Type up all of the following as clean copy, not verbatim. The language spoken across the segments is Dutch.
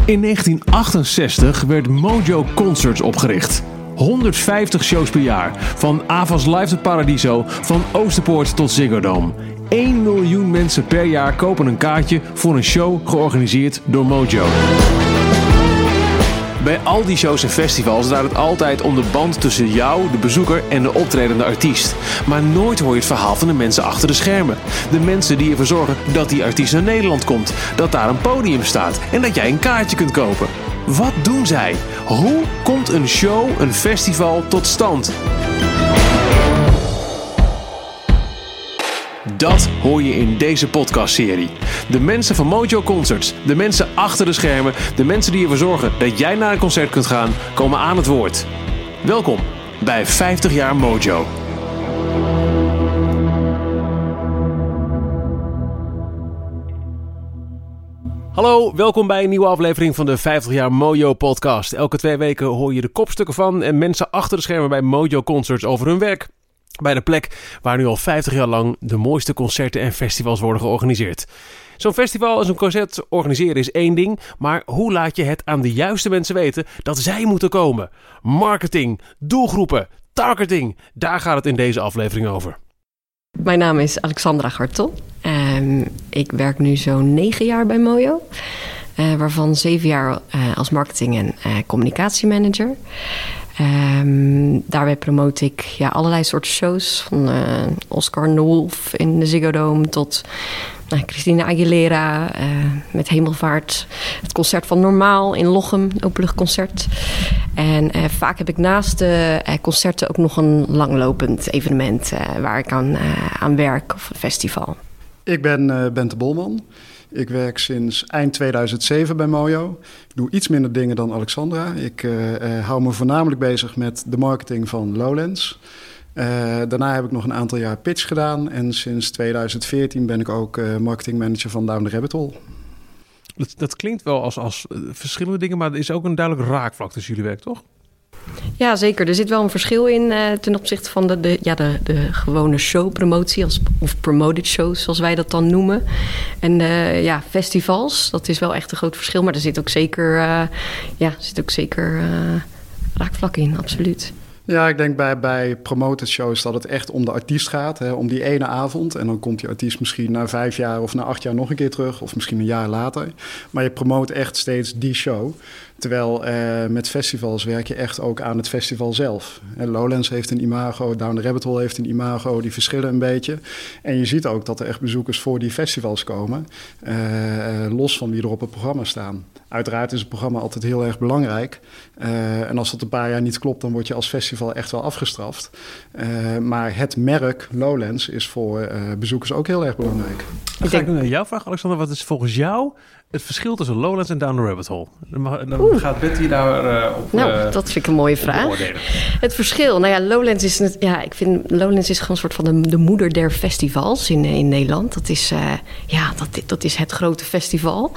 In 1968 werd Mojo Concerts opgericht. 150 shows per jaar. Van Avas Live tot Paradiso, van Oosterpoort tot Ziggo Dome. 1 miljoen mensen per jaar kopen een kaartje voor een show georganiseerd door Mojo. Bij al die shows en festivals draait het altijd om de band tussen jou, de bezoeker en de optredende artiest. Maar nooit hoor je het verhaal van de mensen achter de schermen. De mensen die ervoor zorgen dat die artiest naar Nederland komt, dat daar een podium staat en dat jij een kaartje kunt kopen. Wat doen zij? Hoe komt een show, een festival tot stand? Dat hoor je in deze podcastserie. De mensen van Mojo Concerts, de mensen achter de schermen, de mensen die ervoor zorgen dat jij naar een concert kunt gaan, komen aan het woord. Welkom bij 50 jaar Mojo. Hallo, welkom bij een nieuwe aflevering van de 50 jaar Mojo podcast. Elke 2 weken hoor je de kopstukken van en mensen achter de schermen bij Mojo Concerts over hun werk. Bij de plek waar nu al 50 jaar lang de mooiste concerten en festivals worden georganiseerd. Zo'n festival en zo'n concert organiseren is één ding, maar hoe laat je het aan de juiste mensen weten dat zij moeten komen? Marketing, doelgroepen, targeting, daar gaat het in deze aflevering over. Mijn naam is Alexandra Gartel. Ik werk nu zo'n 9 jaar bij Mojo, waarvan 7 jaar als marketing- en communicatiemanager. Daarbij promote ik allerlei soorten shows. Van Oscar en de Wolf in de Ziggo Dome tot Christina Aguilera met Hemelvaart. Het concert van Normaal in Lochem, openluchtconcert. En vaak heb ik naast de concerten ook nog een langlopend evenement waar ik aan werk of een festival. Ik ben Bente Bolman. Ik werk sinds eind 2007 bij Mojo. Ik doe iets minder dingen dan Alexandra. Ik hou me voornamelijk bezig met de marketing van Lowlands. Daarna heb ik nog een aantal jaar pitch gedaan. En sinds 2014 ben ik ook marketingmanager van Down the Rabbit Hole. Dat klinkt wel als verschillende dingen, maar er is ook een duidelijk raakvlak tussen jullie werk, toch? Ja, zeker. Er zit wel een verschil in ten opzichte van de gewone showpromotie of promoted shows, zoals wij dat dan noemen. En festivals, dat is wel echt een groot verschil. Maar er zit ook zeker raakvlak in, absoluut. Ja, ik denk bij promoted shows dat het echt om de artiest gaat. Hè, om die ene avond. En dan komt die artiest misschien na 5 jaar of na 8 jaar nog een keer terug. Of misschien een jaar later. Maar je promoot echt steeds die show. Terwijl met festivals werk je echt ook aan het festival zelf. Lowlands heeft een imago, Down the Rabbit Hole heeft een imago. Die verschillen een beetje. En je ziet ook dat er echt bezoekers voor die festivals komen. Los van wie er op het programma staan. Uiteraard is het programma altijd heel erg belangrijk. En als dat een paar jaar niet klopt, dan word je als festival echt wel afgestraft. Maar het merk Lowlands is voor bezoekers ook heel erg belangrijk. Dan ga ik nu naar jouw vraag, Alexander. Wat is volgens jou het verschil tussen Lowlands en Down the Rabbit Hole? Dan gaat Betty daar op dat vind ik een mooie vraag. Het verschil, Lowlands is... ik vind Lowlands is gewoon een soort van de moeder der festivals in Nederland. Dat is, dat is het grote festival.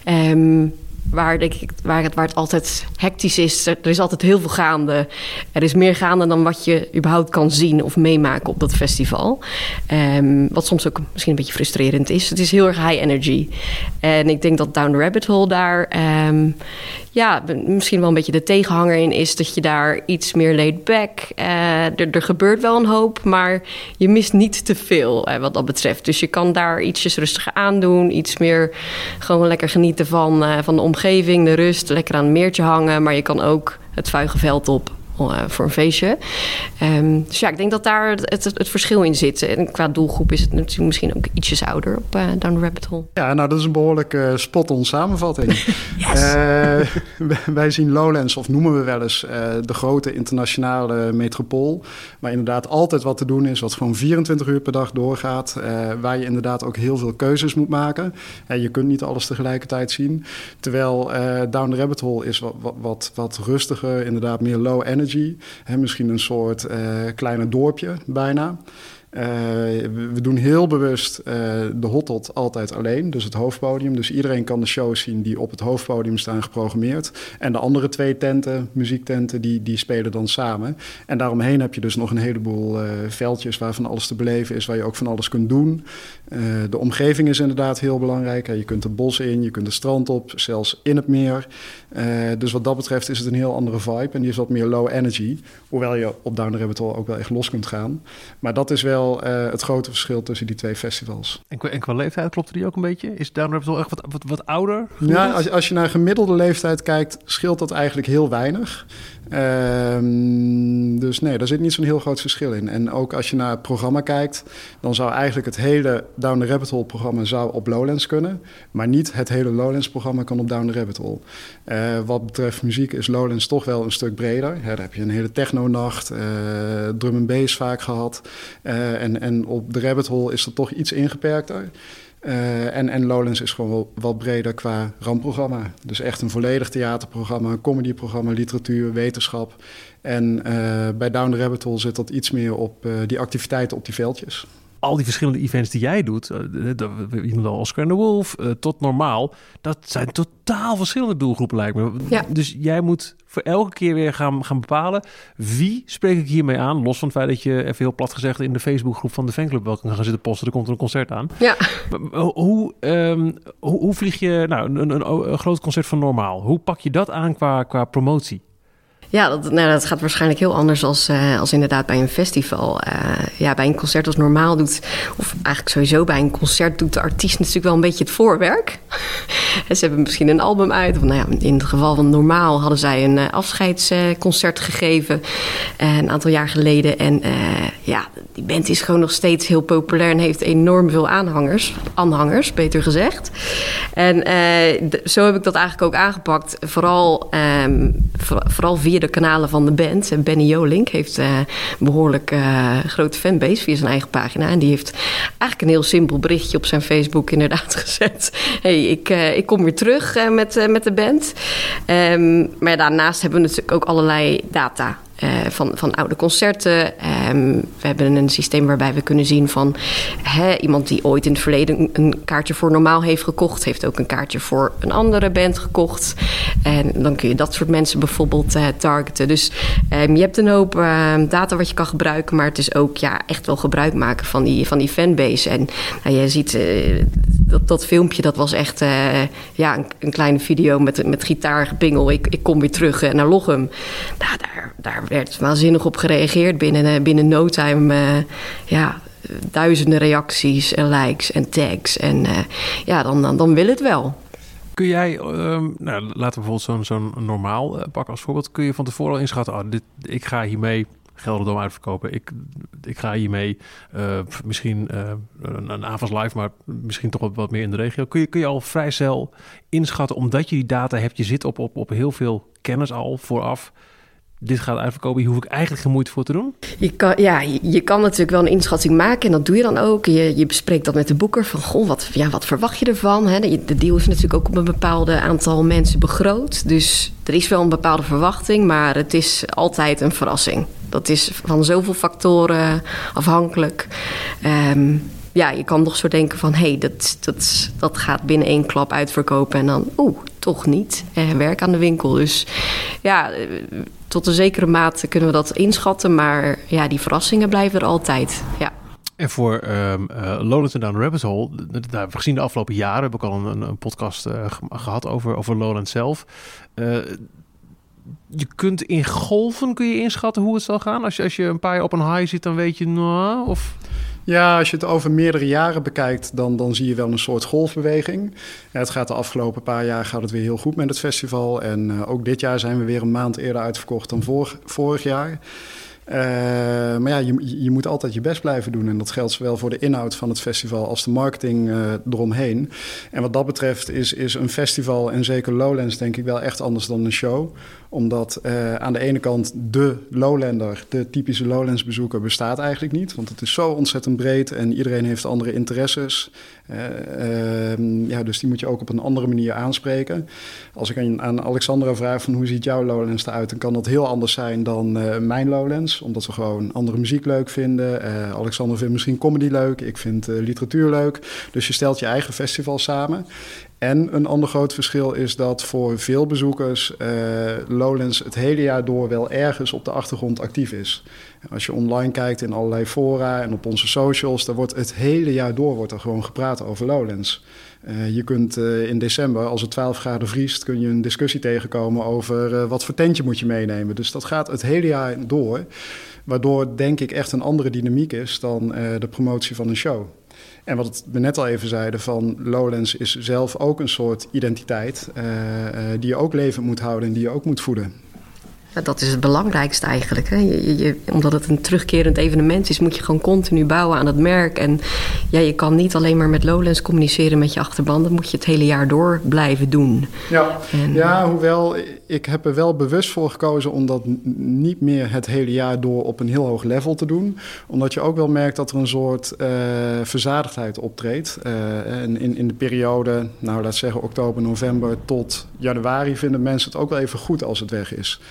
Waar het altijd hectisch is. Er is altijd heel veel gaande. Er is meer gaande dan wat je überhaupt kan zien of meemaken op dat festival. Wat soms ook misschien een beetje frustrerend is. Het is heel erg high energy. En ik denk dat Down the Rabbit Hole daar misschien wel een beetje de tegenhanger in is. Dat je daar iets meer laid back. Er gebeurt wel een hoop, maar je mist niet te veel wat dat betreft. Dus je kan daar ietsjes rustiger aandoen. Iets meer gewoon lekker genieten van de omgeving, de rust. Lekker aan het meertje hangen, maar je kan ook het Vuigenveld op voor een feestje. Dus ik denk dat daar het verschil in zit. En qua doelgroep is het natuurlijk misschien ook ietsjes ouder op Down the Rabbit Hole. Ja, dat is een behoorlijk spot-on samenvatting. Yes. Wij zien Lowlands, of noemen we wel eens de grote internationale metropool. Waar inderdaad altijd wat te doen is, wat gewoon 24 uur per dag doorgaat. Waar je inderdaad ook heel veel keuzes moet maken. Je kunt niet alles tegelijkertijd zien. Terwijl Down the Rabbit Hole is wat rustiger, inderdaad meer low energy. Misschien een soort kleine dorpje bijna. We doen heel bewust de Hot Tot altijd alleen, dus het hoofdpodium. Dus iedereen kan de shows zien die op het hoofdpodium staan geprogrammeerd. En de andere 2 tenten, muziektenten, die spelen dan samen. En daaromheen heb je dus nog een heleboel veldjes waar van alles te beleven is, waar je ook van alles kunt doen. De omgeving is inderdaad heel belangrijk. Je kunt het bos in, je kunt het strand op, zelfs in het meer. Dus wat dat betreft is het een heel andere vibe en die is wat meer low energy. Hoewel je op Down the Rabbit Hole ook wel echt los kunt gaan. Maar dat is wel het grote verschil tussen die 2 festivals. En qua leeftijd klopt die ook een beetje? Is Down the Rabbit Hole echt wat ouder? Ja, als je naar gemiddelde leeftijd kijkt, scheelt dat eigenlijk heel weinig. Dus nee, daar zit niet zo'n heel groot verschil in. En ook als je naar het programma kijkt, dan zou eigenlijk het hele Down the Rabbit Hole programma zou op Lowlands kunnen. Maar niet het hele Lowlands programma kan op Down the Rabbit Hole. Wat betreft muziek is Lowlands toch wel een stuk breder. Daar heb je een hele techno-nacht, drum en bass vaak gehad. En op de Rabbit Hole is dat toch iets ingeperkter. En Lowlands is gewoon wel wat breder qua ramprogramma. Dus echt een volledig theaterprogramma, een comedyprogramma, literatuur, wetenschap. En bij Down the Rabbit Hole zit dat iets meer op die activiteiten op die veldjes. Al die verschillende events die jij doet, je noemt al Oscar and the Wolf, tot Normaal, dat zijn totaal verschillende doelgroepen lijkt me. Ja. Dus jij moet voor elke keer weer gaan bepalen, wie spreek ik hiermee aan? Los van het feit dat je, even heel plat gezegd, in de Facebookgroep van de fanclub wel kan gaan zitten posten, er komt er een concert aan. Ja. Hoe vlieg je een groot concert van Normaal? Hoe pak je dat aan qua promotie? Ja, dat gaat waarschijnlijk heel anders als inderdaad bij een festival. Bij een concert als Normaal doet, of eigenlijk sowieso bij een concert doet de artiest natuurlijk wel een beetje het voorwerk. En ze hebben misschien een album uit. Of in het geval van Normaal hadden zij een afscheidsconcert gegeven een aantal jaar geleden. En die band is gewoon nog steeds heel populair en heeft enorm veel aanhangers, beter gezegd. En zo heb ik dat eigenlijk ook aangepakt. Vooral via de kanalen van de band. Benny Jolink heeft een behoorlijk grote fanbase via zijn eigen pagina. En die heeft eigenlijk een heel simpel berichtje op zijn Facebook inderdaad gezet. Hey, ik kom weer terug met de band. Maar daarnaast hebben we natuurlijk ook allerlei data. Van oude concerten. We hebben een systeem waarbij we kunnen zien van iemand die ooit in het verleden een kaartje voor Normaal heeft gekocht, heeft ook een kaartje voor een andere band gekocht. En dan kun je dat soort mensen bijvoorbeeld targeten. Dus je hebt een hoop data wat je kan gebruiken, maar het is ook echt wel gebruik maken van die fanbase. En je ziet dat filmpje, dat was echt een kleine video met gitaargepingel. Ik kom weer terug naar Lochem. Daar werd waanzinnig op gereageerd binnen no time. Duizenden reacties en likes en tags. En dan wil het wel. Kun jij, laten we bijvoorbeeld zo'n Normaal pakken als voorbeeld. Kun je van tevoren al inschatten, ik ga hiermee Gelderdoom uitverkopen. Ik ga hiermee misschien een avonds live, maar misschien toch wat meer in de regio. Kun je al vrij snel inschatten, omdat je die data hebt, je zit op heel veel kennis al vooraf. Dit gaat uitverkopen, hier hoef ik eigenlijk geen moeite voor te doen? Je kan natuurlijk wel een inschatting maken en dat doe je dan ook. Je bespreekt dat met de boeker van, wat verwacht je ervan? De deal is natuurlijk ook op een bepaald aantal mensen begroot. Dus er is wel een bepaalde verwachting, maar het is altijd een verrassing. Dat is van zoveel factoren afhankelijk. Je kan toch zo denken van, dat gaat binnen 1 klap uitverkopen en dan, toch niet. Werk aan de winkel. Dus tot een zekere mate kunnen we dat inschatten, maar die verrassingen blijven er altijd. Ja. En voor Lowlands en Down the Rabbit Hole, gezien de afgelopen jaren, heb ik al een podcast gehad over Lowlands zelf. Je kunt in golven inschatten hoe het zal gaan. Als je een paar jaar op een high zit, dan weet je of... Ja, als je het over meerdere jaren bekijkt, dan zie je wel een soort golfbeweging. Het gaat de afgelopen paar jaar gaat het weer heel goed met het festival. En ook dit jaar zijn we weer een maand eerder uitverkocht dan vorig jaar. Maar je moet altijd je best blijven doen. En dat geldt zowel voor de inhoud van het festival als de marketing eromheen. En wat dat betreft is een festival, en zeker Lowlands, denk ik wel echt anders dan een show. Omdat aan de ene kant de Lowlander, de typische Lowlands bezoeker, bestaat eigenlijk niet. Want het is zo ontzettend breed en iedereen heeft andere interesses. Dus die moet je ook op een andere manier aanspreken. Als ik aan Alexandra vraag van hoe ziet jouw Lowlands eruit, dan kan dat heel anders zijn dan mijn Lowlands. Lowlands, omdat we gewoon andere muziek leuk vinden. Alexander vindt misschien comedy leuk, ik vind literatuur leuk. Dus je stelt je eigen festival samen. En een ander groot verschil is dat voor veel bezoekers Lowlands het hele jaar door wel ergens op de achtergrond actief is. Als je online kijkt in allerlei fora en op onze socials, dan wordt het hele jaar door er gewoon gepraat over Lowlands. Je kunt in december, als het 12 graden vriest, kun je een discussie tegenkomen over wat voor tentje moet je meenemen. Dus dat gaat het hele jaar door, waardoor denk ik echt een andere dynamiek is dan de promotie van een show. En wat we net al even zeiden, van Lowlands is zelf ook een soort identiteit die je ook levend moet houden en die je ook moet voeden. Ja, dat is het belangrijkste eigenlijk. Hè? Omdat het een terugkerend evenement is, moet je gewoon continu bouwen aan het merk. En ja, je kan niet alleen maar met Lowlands communiceren met je achterban. Dat moet je het hele jaar door blijven doen. Ja, hoewel ik heb er wel bewust voor gekozen om dat niet meer het hele jaar door op een heel hoog level te doen. Omdat je ook wel merkt dat er een soort verzadigdheid optreedt. In de periode, nou laat zeggen oktober, november tot januari vinden mensen het ook wel even goed als het weg is.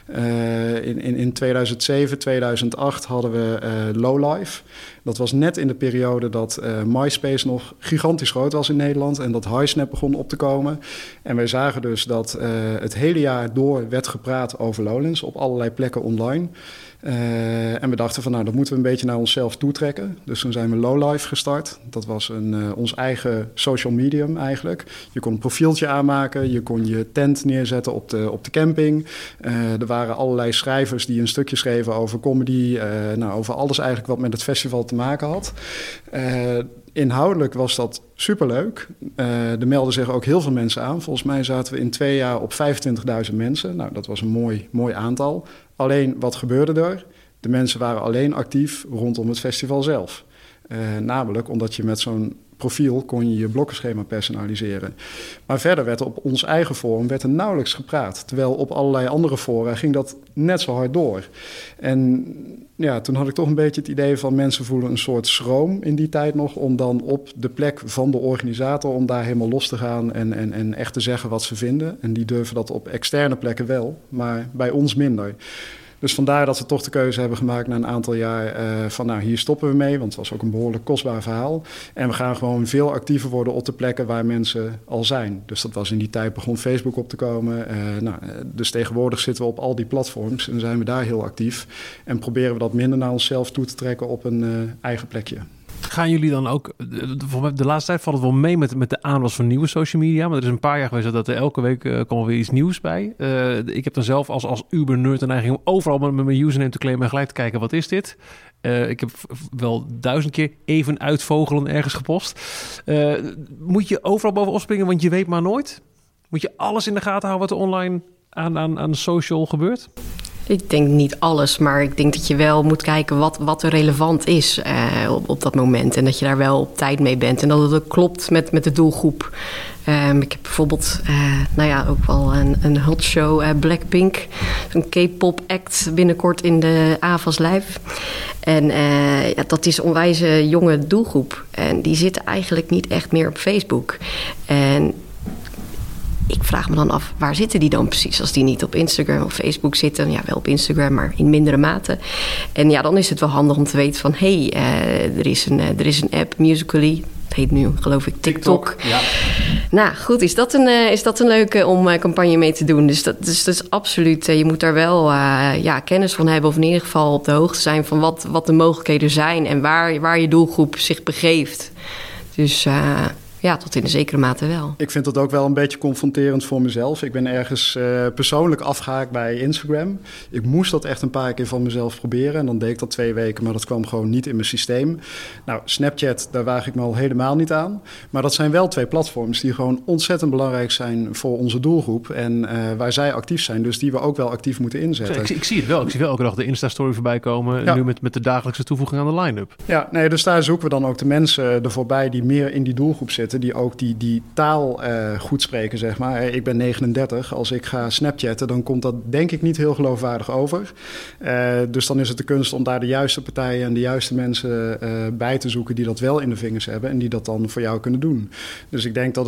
In 2007, 2008 hadden we Lowlife. Dat was net in de periode dat MySpace nog gigantisch groot was in Nederland en dat HiSnap begon op te komen. En wij zagen dus dat het hele jaar door werd gepraat over Lowlands op allerlei plekken online. En we dachten van, nou, dat moeten we een beetje naar onszelf toetrekken. Dus toen zijn we Lowlife gestart. Dat was ons eigen social medium eigenlijk. Je kon een profieltje aanmaken, je kon je tent neerzetten op de camping. Er waren allerlei schrijvers die een stukje schreven over comedy, over alles eigenlijk wat met het festival te maken had. Inhoudelijk was dat superleuk. Er melden zich ook heel veel mensen aan. Volgens mij zaten we in 2 jaar op 25.000 mensen. Nou, dat was een mooi aantal. Alleen, wat gebeurde er? De mensen waren alleen actief rondom het festival zelf. Namelijk omdat je met zo'n profiel kon je blokkenschema personaliseren. Maar verder werd er op ons eigen forum nauwelijks gepraat. Terwijl op allerlei andere fora ging dat net zo hard door. En ja, toen had ik toch een beetje het idee van mensen voelen een soort schroom in die tijd nog om dan op de plek van de organisator om daar helemaal los te gaan en echt te zeggen wat ze vinden. En die durven dat op externe plekken wel, maar bij ons minder. Dus vandaar dat we toch de keuze hebben gemaakt na een aantal jaar van nou, hier stoppen we mee, want het was ook een behoorlijk kostbaar verhaal. En we gaan gewoon veel actiever worden op de plekken waar mensen al zijn. Dus dat was in die tijd begon Facebook op te komen. Dus tegenwoordig zitten we op al die platforms en zijn we daar heel actief. En proberen we dat minder naar onszelf toe te trekken op een eigen plekje. Gaan jullie dan ook, de laatste tijd valt het wel mee met de aanwas van nieuwe social media, maar er is een paar jaar geweest dat er elke week komt weer iets nieuws bij. Ik heb dan zelf als Uber-nerd de neiging om overal met mijn username te claimen en gelijk te kijken, wat is dit? Ik heb wel 1000 keer even uitvogelen ergens gepost. Moet je overal bovenop springen, want je weet maar nooit? Moet je alles in de gaten houden wat er online aan social gebeurt? Ik denk niet alles, maar ik denk dat je wel moet kijken wat er relevant is op dat moment. En dat je daar wel op tijd mee bent. En dat het ook klopt met de doelgroep. Ik heb bijvoorbeeld ook wel een hot show, Blackpink. Een K-pop act binnenkort in de AVAS Live. En dat is een onwijze jonge doelgroep. En die zitten eigenlijk niet echt meer op Facebook. En ik vraag me dan af, waar zitten die dan precies? Als die niet op Instagram of Facebook zitten. Ja, wel op Instagram, maar in mindere mate. En ja, dan is het wel handig om te weten van er is een app, Musical.ly. Het heet nu, geloof ik, TikTok. Ja. Nou, goed, is dat een leuke om campagne mee te doen? Dus dat is absoluut, je moet daar wel kennis van hebben, of in ieder geval op de hoogte zijn van wat de mogelijkheden zijn en waar je doelgroep zich begeeft. Dus tot in een zekere mate wel. Ik vind dat ook wel een beetje confronterend voor mezelf. Ik ben ergens persoonlijk afgehaakt bij Instagram. Ik moest dat echt een paar keer van mezelf proberen. En dan deed ik dat 2 weken, maar dat kwam gewoon niet in mijn systeem. Nou, Snapchat, daar waag ik me al helemaal niet aan. Maar dat zijn wel 2 platforms die gewoon ontzettend belangrijk zijn voor onze doelgroep. En waar zij actief zijn, dus die we ook wel actief moeten inzetten. Ik zie het wel. Ik zie wel elke dag de Insta-story voorbij komen. Ja. Nu met de dagelijkse toevoeging aan de line-up. Ja, nee, dus daar zoeken we dan ook de mensen er voorbij die meer in die doelgroep zitten. Die ook die taal goed spreken, zeg maar. Ik ben 39. Als ik ga Snapchatten, dan komt dat denk ik niet heel geloofwaardig over. Dus dan is het de kunst om daar de juiste partijen en de juiste mensen bij te zoeken die dat wel in de vingers hebben en die dat dan voor jou kunnen doen. Dus ik denk dat het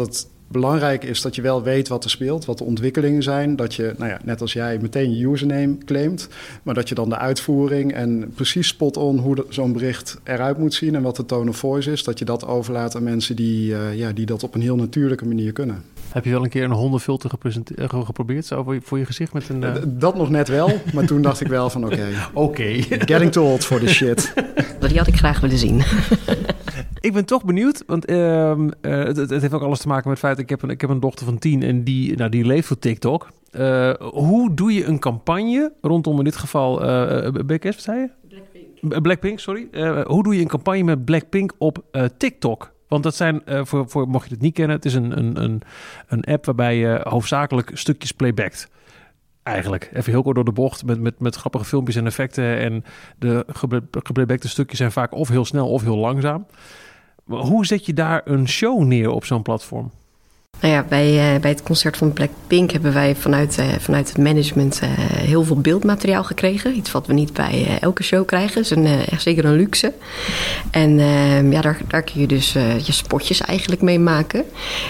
Belangrijk is dat je wel weet wat er speelt, wat de ontwikkelingen zijn. Dat je, net als jij, meteen je username claimt. Maar dat je dan de uitvoering en precies spot on hoe zo'n bericht eruit moet zien en wat de tone of voice is. Dat je dat overlaat aan mensen die dat op een heel natuurlijke manier kunnen. Heb je wel een keer een hondenfilter geprobeerd zo voor je gezicht? Met een, Dat nog net wel, maar toen dacht ik wel van oké. Getting too old for this shit. Die had ik graag willen zien. Ik ben toch benieuwd, want het heeft ook alles te maken met het feit dat ik heb een dochter van 10 en die leeft voor TikTok. Hoe doe je een campagne rondom in dit geval BKS, wat zei je? Blackpink, sorry. Hoe doe je een campagne met Blackpink op TikTok? Want dat zijn, voor mocht je het niet kennen, het is een app waarbij je hoofdzakelijk stukjes playbackt. Eigenlijk. Even heel kort door de bocht met grappige filmpjes en effecten. En de geplaybackte stukjes zijn vaak of heel snel of heel langzaam. Maar hoe zet je daar een show neer op zo'n platform? Nou ja, bij het concert van Blackpink hebben wij vanuit het management heel veel beeldmateriaal gekregen. Iets wat we niet bij elke show krijgen. Dat is echt zeker een luxe. En daar kun je dus je spotjes eigenlijk mee maken.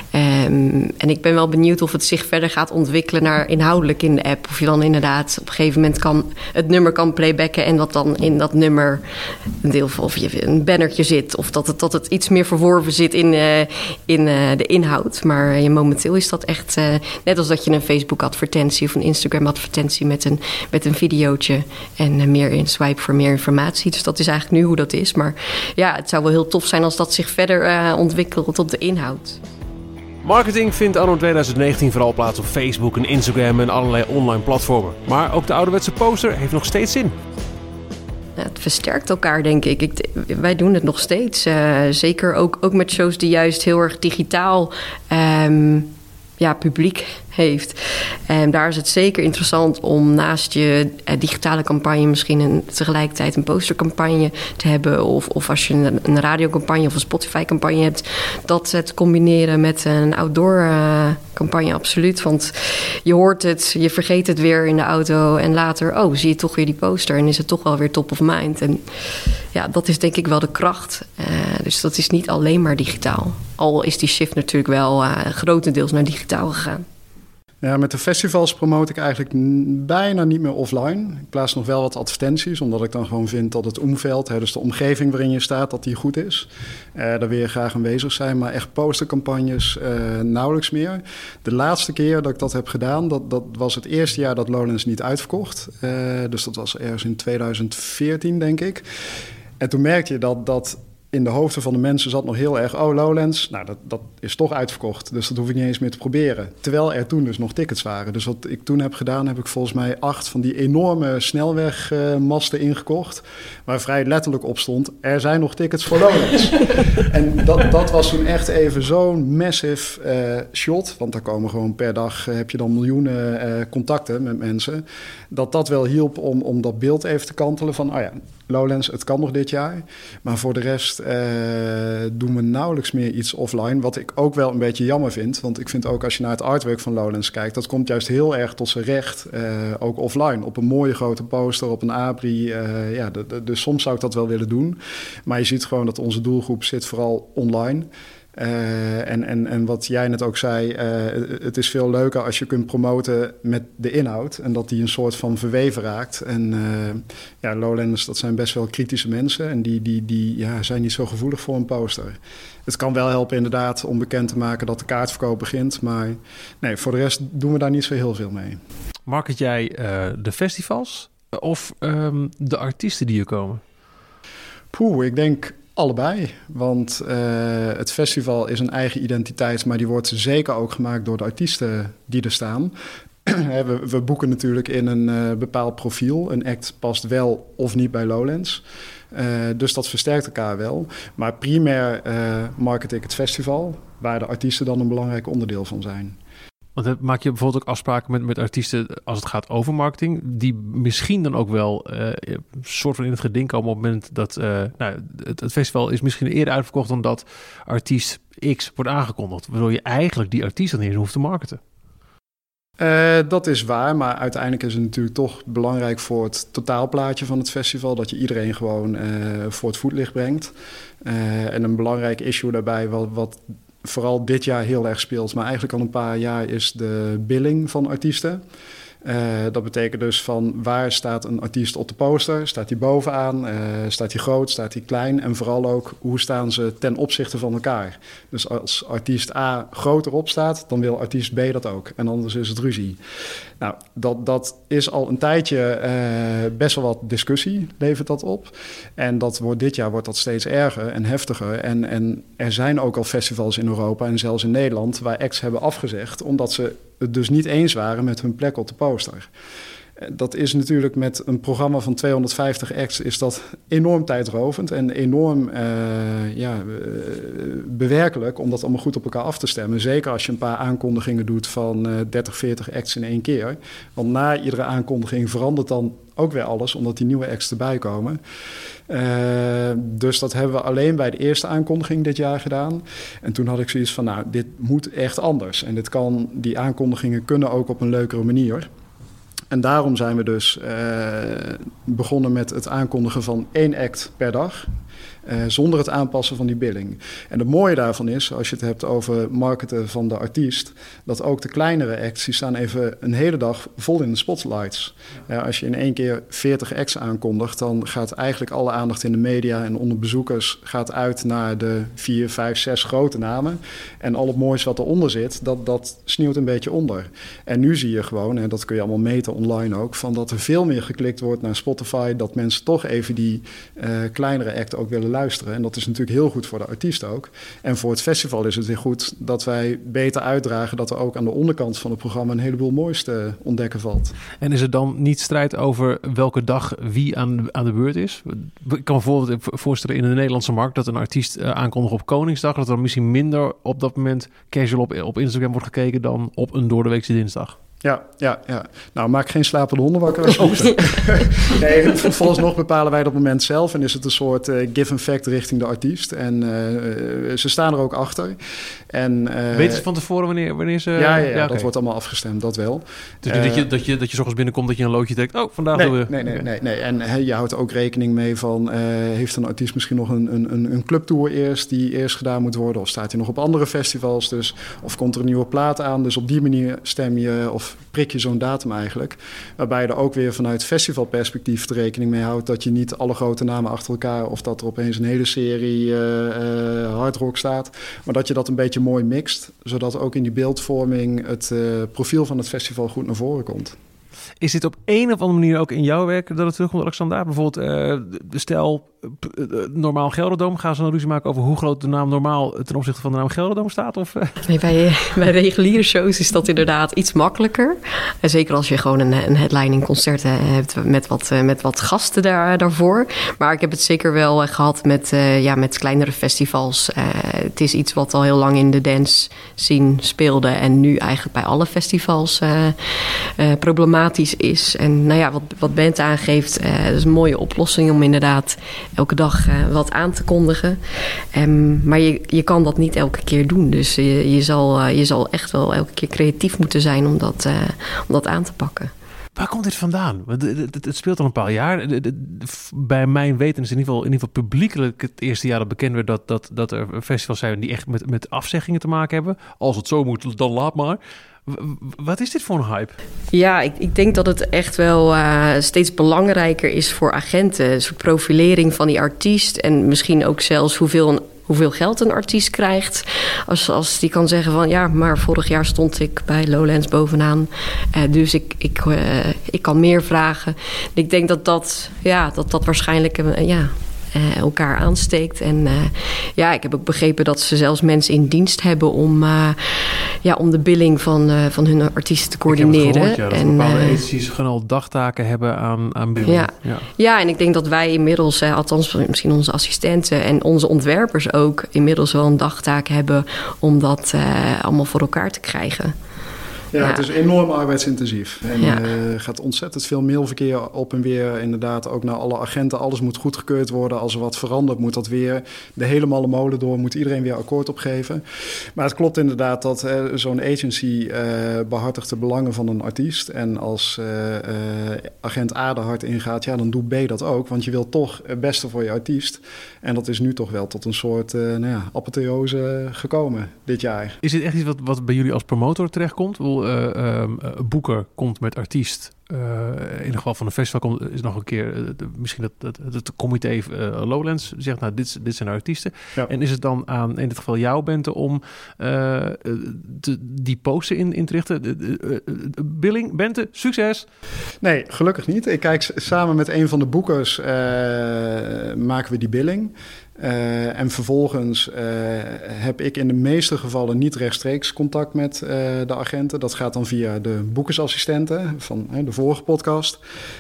En ik ben wel benieuwd of het zich verder gaat ontwikkelen naar inhoudelijk in de app. Of je dan inderdaad op een gegeven moment het nummer kan playbacken en dat dan in dat nummer een deel van, of je een bannertje zit. Of dat het iets meer verworven zit in de inhoud. Maar momenteel is dat echt net als dat je een Facebook-advertentie of een Instagram-advertentie met een videootje en meer in swipe voor meer informatie. Dus dat is eigenlijk nu hoe dat is. Maar ja, het zou wel heel tof zijn als dat zich verder ontwikkelt op de inhoud. Marketing vindt anno 2019 vooral plaats op Facebook en Instagram en allerlei online platformen. Maar ook de ouderwetse poster heeft nog steeds zin. Het versterkt elkaar, denk ik. Wij doen het nog steeds. Zeker ook met shows die juist heel erg digitaal publiek heeft. En daar is het zeker interessant om naast je digitale campagne misschien tegelijkertijd een postercampagne te hebben. Of als je een radiocampagne of een Spotify-campagne hebt, dat te combineren met een outdoor campagne, absoluut. Want je hoort het, je vergeet het weer in de auto en later, zie je toch weer die poster en is het toch wel weer top of mind. En ja, dat is denk ik wel de kracht. Dus dat is niet alleen maar digitaal. Al is die shift natuurlijk wel grotendeels naar digitaal gegaan. Ja, met de festivals promote ik eigenlijk bijna niet meer offline. Ik plaats nog wel wat advertenties, omdat ik dan gewoon vind dat het omveld, dus de omgeving waarin je staat, dat die goed is. Daar wil je graag aanwezig zijn, maar echt postercampagnes nauwelijks meer. De laatste keer dat ik dat heb gedaan, dat was het eerste jaar dat Lowlands niet uitverkocht. Dus dat was ergens in 2014, denk ik. En toen merkte je dat in de hoofden van de mensen zat nog heel erg, Lowlands, dat is toch uitverkocht. Dus dat hoef ik niet eens meer te proberen. Terwijl er toen dus nog tickets waren. Dus wat ik toen heb gedaan, heb ik volgens mij 8 van die enorme snelwegmasten ingekocht. Waar vrij letterlijk op stond, er zijn nog tickets voor Lowlands. En dat was toen echt even zo'n massive shot. Want daar komen gewoon per dag, heb je dan miljoenen contacten met mensen. Dat wel hielp om dat beeld even te kantelen van, Lowlands, het kan nog dit jaar. Maar voor de rest doen we nauwelijks meer iets offline. Wat ik ook wel een beetje jammer vind. Want ik vind ook als je naar het artwork van Lowlands kijkt, dat komt juist heel erg tot zijn recht. Ook offline. Op een mooie grote poster, op een abri. Dus soms zou ik dat wel willen doen. Maar je ziet gewoon dat onze doelgroep zit vooral online. En wat jij net ook zei, het is veel leuker als je kunt promoten met de inhoud en dat die een soort van verweven raakt. En Lowlanders, dat zijn best wel kritische mensen en die zijn niet zo gevoelig voor een poster. Het kan wel helpen inderdaad om bekend te maken dat de kaartverkoop begint, maar nee, voor de rest doen we daar niet zo heel veel mee. Market jij de festivals of de artiesten die hier komen? Ik denk allebei, want het festival is een eigen identiteit, maar die wordt zeker ook gemaakt door de artiesten die er staan. We boeken natuurlijk in een bepaald profiel. Een act past wel of niet bij Lowlands. Dus dat versterkt elkaar wel. Maar primair market ik het festival, waar de artiesten dan een belangrijk onderdeel van zijn. Want maak je bijvoorbeeld ook afspraken met artiesten als het gaat over marketing, die misschien dan ook wel soort van in het geding komen op het moment dat het festival is misschien eerder uitverkocht dan dat artiest X wordt aangekondigd, waardoor je eigenlijk die artiest dan niet eens hoeft te marketen. Dat is waar, maar uiteindelijk is het natuurlijk toch belangrijk voor het totaalplaatje van het festival dat je iedereen gewoon voor het voetlicht brengt. En een belangrijk issue daarbij wat vooral dit jaar heel erg speelt, maar eigenlijk al een paar jaar, is de billing van artiesten. Dat betekent dus van waar staat een artiest op de poster? Staat hij bovenaan? Staat hij groot? Staat hij klein? En vooral ook, hoe staan ze ten opzichte van elkaar? Dus als artiest A groter op staat, dan wil artiest B dat ook. En anders is het ruzie. Nou, dat is al een tijdje best wel wat discussie, levert dat op. En dit jaar wordt dat steeds erger en heftiger. En er zijn ook al festivals in Europa en zelfs in Nederland waar acts hebben afgezegd, omdat ze het dus niet eens waren met hun plek op de poster. Dat is natuurlijk met een programma van 250 acts is dat enorm tijdrovend en enorm bewerkelijk om dat allemaal goed op elkaar af te stemmen. Zeker als je een paar aankondigingen doet van 30, 40 acts in één keer. Want na iedere aankondiging verandert dan ook weer alles, omdat die nieuwe acts erbij komen. Dus dat hebben we alleen bij de eerste aankondiging dit jaar gedaan. En toen had ik zoiets van, nou, dit moet echt anders. En die aankondigingen kunnen ook op een leukere manier. En daarom zijn we dus begonnen met het aankondigen van 1 act per dag. Zonder het aanpassen van die billing. En het mooie daarvan is, als je het hebt over marketen van de artiest, dat ook de kleinere acts, die staan even een hele dag vol in de spotlights. Als je in één keer 40 acts aankondigt, dan gaat eigenlijk alle aandacht in de media en onder bezoekers gaat uit naar de 4, 5, 6 grote namen. En al het moois wat eronder zit, dat sneeuwt een beetje onder. En nu zie je gewoon, en dat kun je allemaal meten online ook, van dat er veel meer geklikt wordt naar Spotify, dat mensen toch even die kleinere act ook willen luisteren. En dat is natuurlijk heel goed voor de artiest ook. En voor het festival is het weer goed dat wij beter uitdragen dat er ook aan de onderkant van het programma een heleboel moois te ontdekken valt. En is er dan niet strijd over welke dag wie aan de beurt is? Ik kan me bijvoorbeeld voorstellen in de Nederlandse markt dat een artiest aankondigt op Koningsdag, dat er misschien minder op dat moment casual op Instagram wordt gekeken dan op een doordeweekse dinsdag. Ja. Nou, maak geen slapende honden wakker. Nee, vooralsnog bepalen wij dat moment zelf en is het een soort give and fact richting de artiest. En ze staan er ook achter. En, weet je van tevoren wanneer ze... Ja, okay. Dat wordt allemaal afgestemd, dat wel. Dus dat je 's ochtends binnenkomt, dat je een loodje trekt. Oh, vandaag doen we... Nee. En je houdt ook rekening mee van, heeft een artiest misschien nog een clubtour die eerst gedaan moet worden? Of staat hij nog op andere festivals? Dus, of komt er een nieuwe plaat aan? Dus op die manier stem je of prik je zo'n datum eigenlijk. Waarbij je er ook weer vanuit festivalperspectief de rekening mee houdt dat je niet alle grote namen achter elkaar of dat er opeens een hele serie hardrock staat. Maar dat je dat een beetje mooi mixt, zodat ook in die beeldvorming het profiel van het festival goed naar voren komt. Is dit op een of andere manier ook in jouw werk dat het terugkomt, Alexander? Bijvoorbeeld, stel, normaal Gelderdoom, gaan ze een ruzie maken over hoe groot de naam normaal ten opzichte van de naam Gelderdoom staat? Of? Nee, bij reguliere shows is dat inderdaad iets makkelijker. En zeker als je gewoon een headlining concert hebt met wat gasten daarvoor. Maar ik heb het zeker wel gehad met kleinere festivals. Het is iets wat al heel lang in de dance scene speelde en nu eigenlijk bij alle festivals problematisch is. En nou ja, wat Bent aangeeft, dat is een mooie oplossing om inderdaad elke dag wat aan te kondigen. Maar je kan dat niet elke keer doen. Dus je zal echt wel elke keer creatief moeten zijn om dat aan te pakken. Waar komt dit vandaan? Het speelt al een paar jaar. Bij mijn weten is in ieder geval publiekelijk het eerste jaar dat bekend werd dat er festivals zijn die echt met afzeggingen te maken hebben. Als het zo moet, dan laat maar. Wat is dit voor een hype? Ja, ik denk dat het echt wel steeds belangrijker is voor agenten. Een soort profilering van die artiest en misschien ook zelfs hoeveel geld een artiest krijgt. Als die kan zeggen van ja, maar vorig jaar stond ik bij Lowlands bovenaan. Dus ik kan meer vragen. Ik denk dat waarschijnlijk elkaar aansteekt. En ik heb ook begrepen dat ze zelfs mensen in dienst hebben om de billing van hun artiesten te coördineren. Ik heb het gehoord, dat bepaalde agencies gewoon al dagtaken hebben aan billing. Ja, en ik denk dat wij inmiddels, althans misschien onze assistenten en onze ontwerpers ook, inmiddels wel een dagtaak hebben om dat allemaal voor elkaar te krijgen. Ja, het is enorm arbeidsintensief. En gaat ontzettend veel mailverkeer op en weer. Inderdaad, ook naar alle agenten. Alles moet goedgekeurd worden. Als er wat verandert, moet dat weer de hele malle molen door. Moet iedereen weer akkoord opgeven. Maar het klopt inderdaad dat zo'n agency behartigt de belangen van een artiest. En als agent A er hard ingaat, dan doet B dat ook. Want je wilt toch het beste voor je artiest. En dat is nu toch wel tot een soort apotheose gekomen dit jaar. Is dit echt iets wat bij jullie als promotor terechtkomt? Boeker komt met artiest. In ieder geval van een festival is nog een keer misschien dat het comité Lowlands zegt, nou, dit zijn de artiesten. Ja. En is het dan aan, in dit geval jou, Bente, om die poster in te richten? Billing, Bente, succes! Nee, gelukkig niet. Ik kijk samen met een van de boekers maken we die billing. En vervolgens heb ik in de meeste gevallen niet rechtstreeks contact met de agenten. Dat gaat dan via de boekersassistenten van de vorige podcast.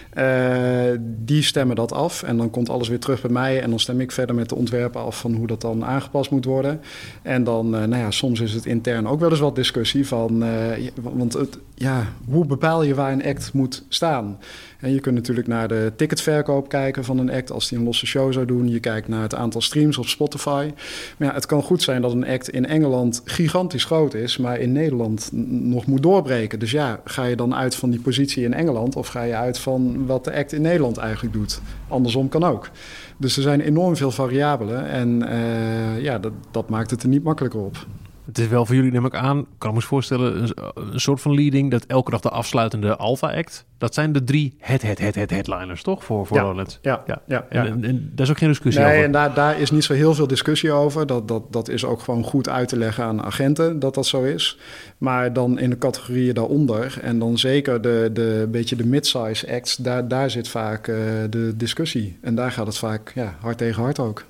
Die stemmen dat af en dan komt alles weer terug bij mij. En dan stem ik verder met de ontwerpen af van hoe dat dan aangepast moet worden. En dan, soms is het intern ook wel eens wat discussie van... want hoe bepaal je waar een act moet staan? En je kunt natuurlijk naar de ticketverkoop kijken van een act als die een losse show zou doen. Je kijkt naar het aantal streams op Spotify. Maar het kan goed zijn dat een act in Engeland gigantisch groot is, maar in Nederland nog moet doorbreken. Dus ga je dan uit van die positie in Engeland of ga je uit van wat de act in Nederland eigenlijk doet? Andersom kan ook. Dus er zijn enorm veel variabelen en dat maakt het er niet makkelijker op. Het is wel voor jullie, neem ik aan, kan ik me eens voorstellen, een soort van leading dat elke dag de afsluitende Alpha Act, dat zijn de 3 headliners, toch? Voor Lowlands. Ja. En daar is ook geen discussie over. Nee, en daar is niet zo heel veel discussie over. Dat is ook gewoon goed uit te leggen aan agenten dat zo is. Maar dan in de categorieën daaronder en dan zeker de beetje de mid-size acts, daar zit vaak de discussie. En daar gaat het vaak hard tegen hard ook.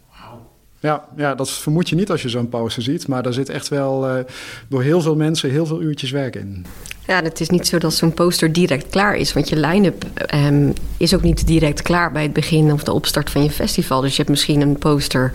Ja, dat vermoed je niet als je zo'n poster ziet. Maar daar zit echt wel door heel veel mensen heel veel uurtjes werk in. Ja, het is niet zo dat zo'n poster direct klaar is. Want je line-up is ook niet direct klaar bij het begin of de opstart van je festival. Dus je hebt misschien een poster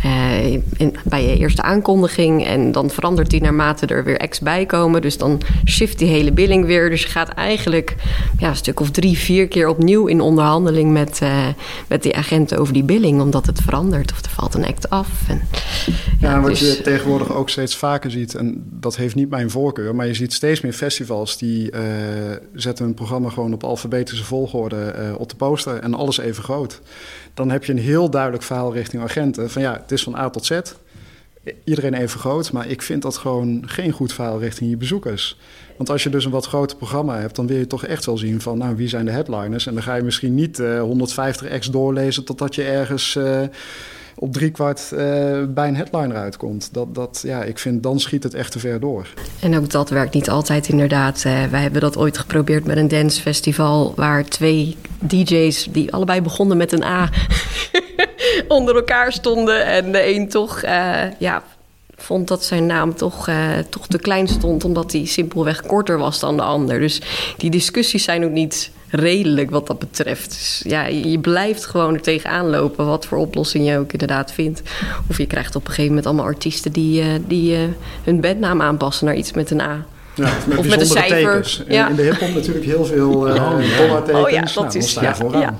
bij je eerste aankondiging. En dan verandert die naarmate er weer acts bij komen. Dus dan shift die hele billing weer. Dus je gaat eigenlijk een stuk of 3-4 keer opnieuw in onderhandeling met die agenten over die billing. Omdat het verandert of er valt een act af. Wat je tegenwoordig ook steeds vaker ziet, en dat heeft niet mijn voorkeur, maar je ziet steeds meer festivals die zetten hun programma gewoon op alfabetische volgorde op de poster en alles even groot. Dan heb je een heel duidelijk verhaal richting agenten van het is van A tot Z. Iedereen even groot, maar ik vind dat gewoon geen goed verhaal richting je bezoekers. Want als je dus een wat groter programma hebt, dan wil je toch echt wel zien van wie zijn de headliners. En dan ga je misschien niet 150 acts doorlezen totdat je ergens op 3/4 bij een headliner uitkomt. Ik vind dan schiet het echt te ver door. En ook dat werkt niet altijd inderdaad. Wij hebben dat ooit geprobeerd met een dancefestival waar 2 DJ's die allebei begonnen met een A onder elkaar stonden. En de een toch vond dat zijn naam toch te klein stond, omdat hij simpelweg korter was dan de ander. Dus die discussies zijn ook niet redelijk wat dat betreft. Dus je blijft gewoon er tegenaan lopen, wat voor oplossing je ook inderdaad vindt. Of je krijgt op een gegeven moment allemaal artieten die hun bandnaam aanpassen naar iets met een A. Ja, of met een cijfer. Tekens. In de hiphop natuurlijk heel veel dollartekens. Oh ja, dat is vooraan.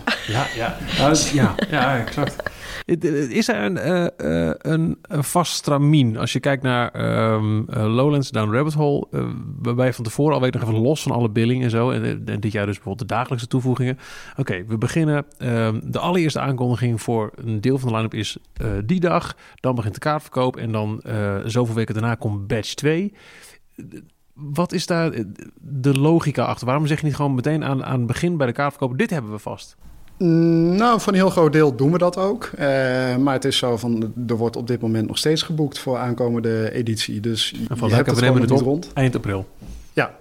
Ja, exact. Is er een vast stramien als je kijkt naar Lowlands Down Rabbit Hole, waarbij je van tevoren al weet nog even los van alle billing en zo, en dit jaar dus bijvoorbeeld de dagelijkse toevoegingen. Oké, we beginnen. De allereerste aankondiging voor een deel van de line-up is die dag. Dan begint de kaartverkoop en dan zoveel weken daarna komt batch 2. Wat is daar de logica achter? Waarom zeg je niet gewoon meteen aan het begin bij de kaartverkoop, dit hebben we vast? Nou, voor een heel groot deel doen we dat ook. Maar het is zo van, er wordt op dit moment nog steeds geboekt voor aankomende editie. Dus we nemen het op rond. Eind april. Ja.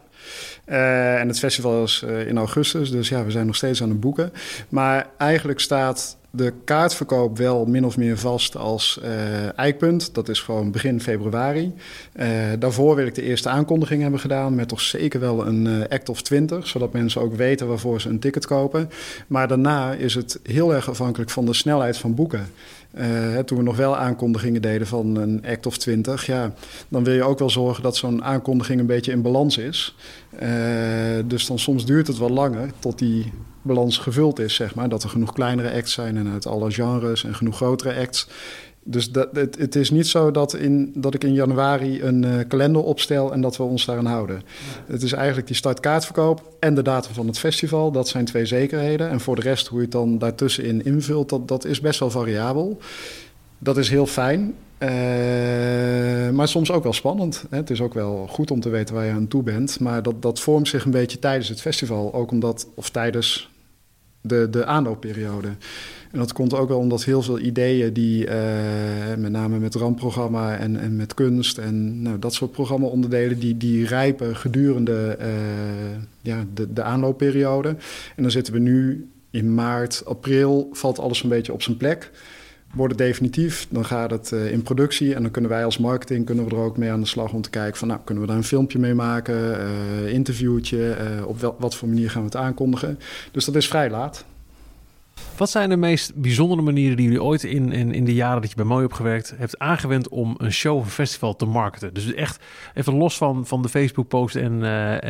En het festival is in augustus, dus we zijn nog steeds aan het boeken. Maar eigenlijk staat de kaartverkoop wel min of meer vast als eikpunt. Dat is gewoon begin februari. Daarvoor wil ik de eerste aankondiging hebben gedaan met toch zeker wel een act of 20, zodat mensen ook weten waarvoor ze een ticket kopen. Maar daarna is het heel erg afhankelijk van de snelheid van boeken. Toen we nog wel aankondigingen deden van een act of 20... ja, dan wil je ook wel zorgen dat zo'n aankondiging een beetje in balans is. Dus dan soms duurt het wel langer tot die balans gevuld is, zeg maar. Dat er genoeg kleinere acts zijn en uit alle genres en genoeg grotere acts. Dus het is niet zo dat ik in januari een kalender opstel en dat we ons daaraan houden. Het is eigenlijk die startkaartverkoop en de datum van het festival. Dat zijn 2 zekerheden. En voor de rest, hoe je het dan daartussenin invult, dat is best wel variabel. Dat is heel fijn, maar soms ook wel spannend. Het is ook wel goed om te weten waar je aan toe bent. Maar dat vormt zich een beetje tijdens het festival. Ook tijdens de aanloopperiode. En dat komt ook wel omdat heel veel ideeën die, met name met rampprogramma en met kunst en dat soort programma-onderdelen, die rijpen gedurende de aanloopperiode. En dan zitten we nu in maart, april, valt alles een beetje op zijn plek. Wordt het definitief, dan gaat het in productie en dan kunnen wij als marketing er ook mee aan de slag om te kijken van, kunnen we daar een filmpje mee maken, interviewtje, op wat voor manier gaan we het aankondigen. Dus dat is vrij laat. Wat zijn de meest bijzondere manieren die jullie ooit in de jaren dat je bij Mojo hebt gewerkt hebt aangewend om een show of een festival te marketen? Dus echt even los van de Facebook-post en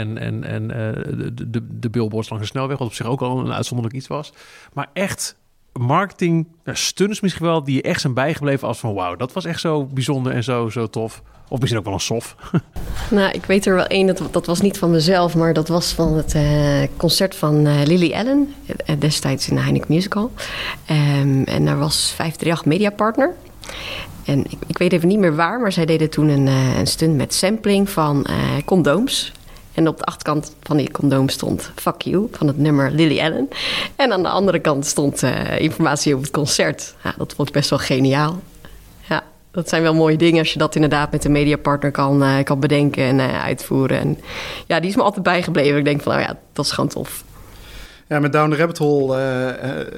de billboards langs de snelweg, wat op zich ook al een uitzonderlijk iets was. Maar echt marketing, stunts misschien wel, die je echt zijn bijgebleven als van wauw, dat was echt zo bijzonder en zo tof. Of misschien ook wel een sof. Nou, ik weet er wel één, dat was niet van mezelf, maar dat was van het concert van Lily Allen, destijds in de Heineken Musical. En daar was 538 mediapartner. En ik weet even niet meer waar, maar zij deden toen een stunt met sampling van condooms. En op de achterkant van die condoom stond Fuck You van het nummer Lily Allen. En aan de andere kant stond informatie over het concert. Ja, dat vond ik best wel geniaal. Ja, dat zijn wel mooie dingen als je dat inderdaad met een mediapartner kan bedenken en uitvoeren. En ja, die is me altijd bijgebleven. Ik denk van, dat is gewoon tof. Ja, met Down the Rabbit Hole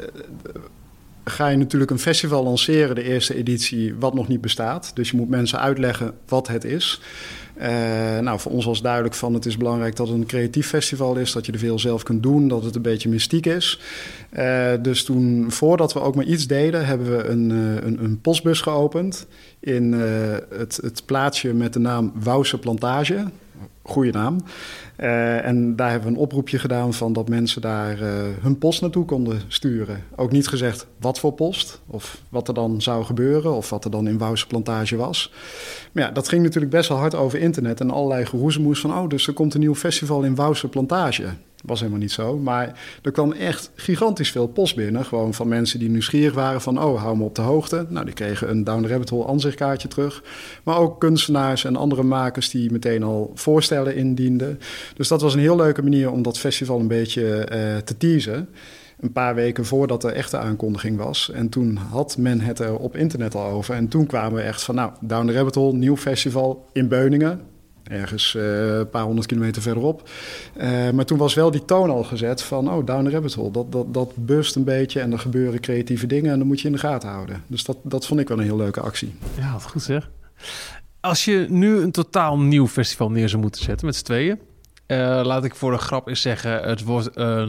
ga je natuurlijk een festival lanceren, de eerste editie, wat nog niet bestaat. Dus je moet mensen uitleggen wat het is. Voor ons was duidelijk van het is belangrijk dat het een creatief festival is, dat je er veel zelf kunt doen, dat het een beetje mystiek is. Dus toen, voordat we ook maar iets deden, hebben we een postbus geopend in het plaatsje met de naam Wouwse Plantage. Goeie naam. En daar hebben we een oproepje gedaan van dat mensen daar hun post naartoe konden sturen. Ook niet gezegd wat voor post of wat er dan zou gebeuren of wat er dan in Wouwse Plantage was. Maar ja, dat ging natuurlijk best wel hard over internet en allerlei geroezemoes van dus er komt een nieuw festival in Wouwse Plantage. Dat was helemaal niet zo, maar er kwam echt gigantisch veel post binnen. Gewoon van mensen die nieuwsgierig waren van, hou me op de hoogte. Nou, die kregen een Down the Rabbit Hole aanzichtkaartje terug. Maar ook kunstenaars en andere makers die meteen al voorstellen indienden. Dus dat was een heel leuke manier om dat festival een beetje te teasen. Een paar weken voordat de echte aankondiging was. En toen had men het er op internet al over. En toen kwamen we echt van, Down the Rabbit Hole, nieuw festival in Beuningen. Ergens een paar 100 kilometer verderop. Maar toen was wel die toon al gezet van, Down the Rabbit Hole. Dat burst een beetje en er gebeuren creatieve dingen en dat moet je in de gaten houden. Dus dat vond ik wel een heel leuke actie. Ja, wat goed zeg. Als je nu een totaal nieuw festival neer zou moeten zetten met z'n tweeën. Laat ik voor de grap eens zeggen, het wordt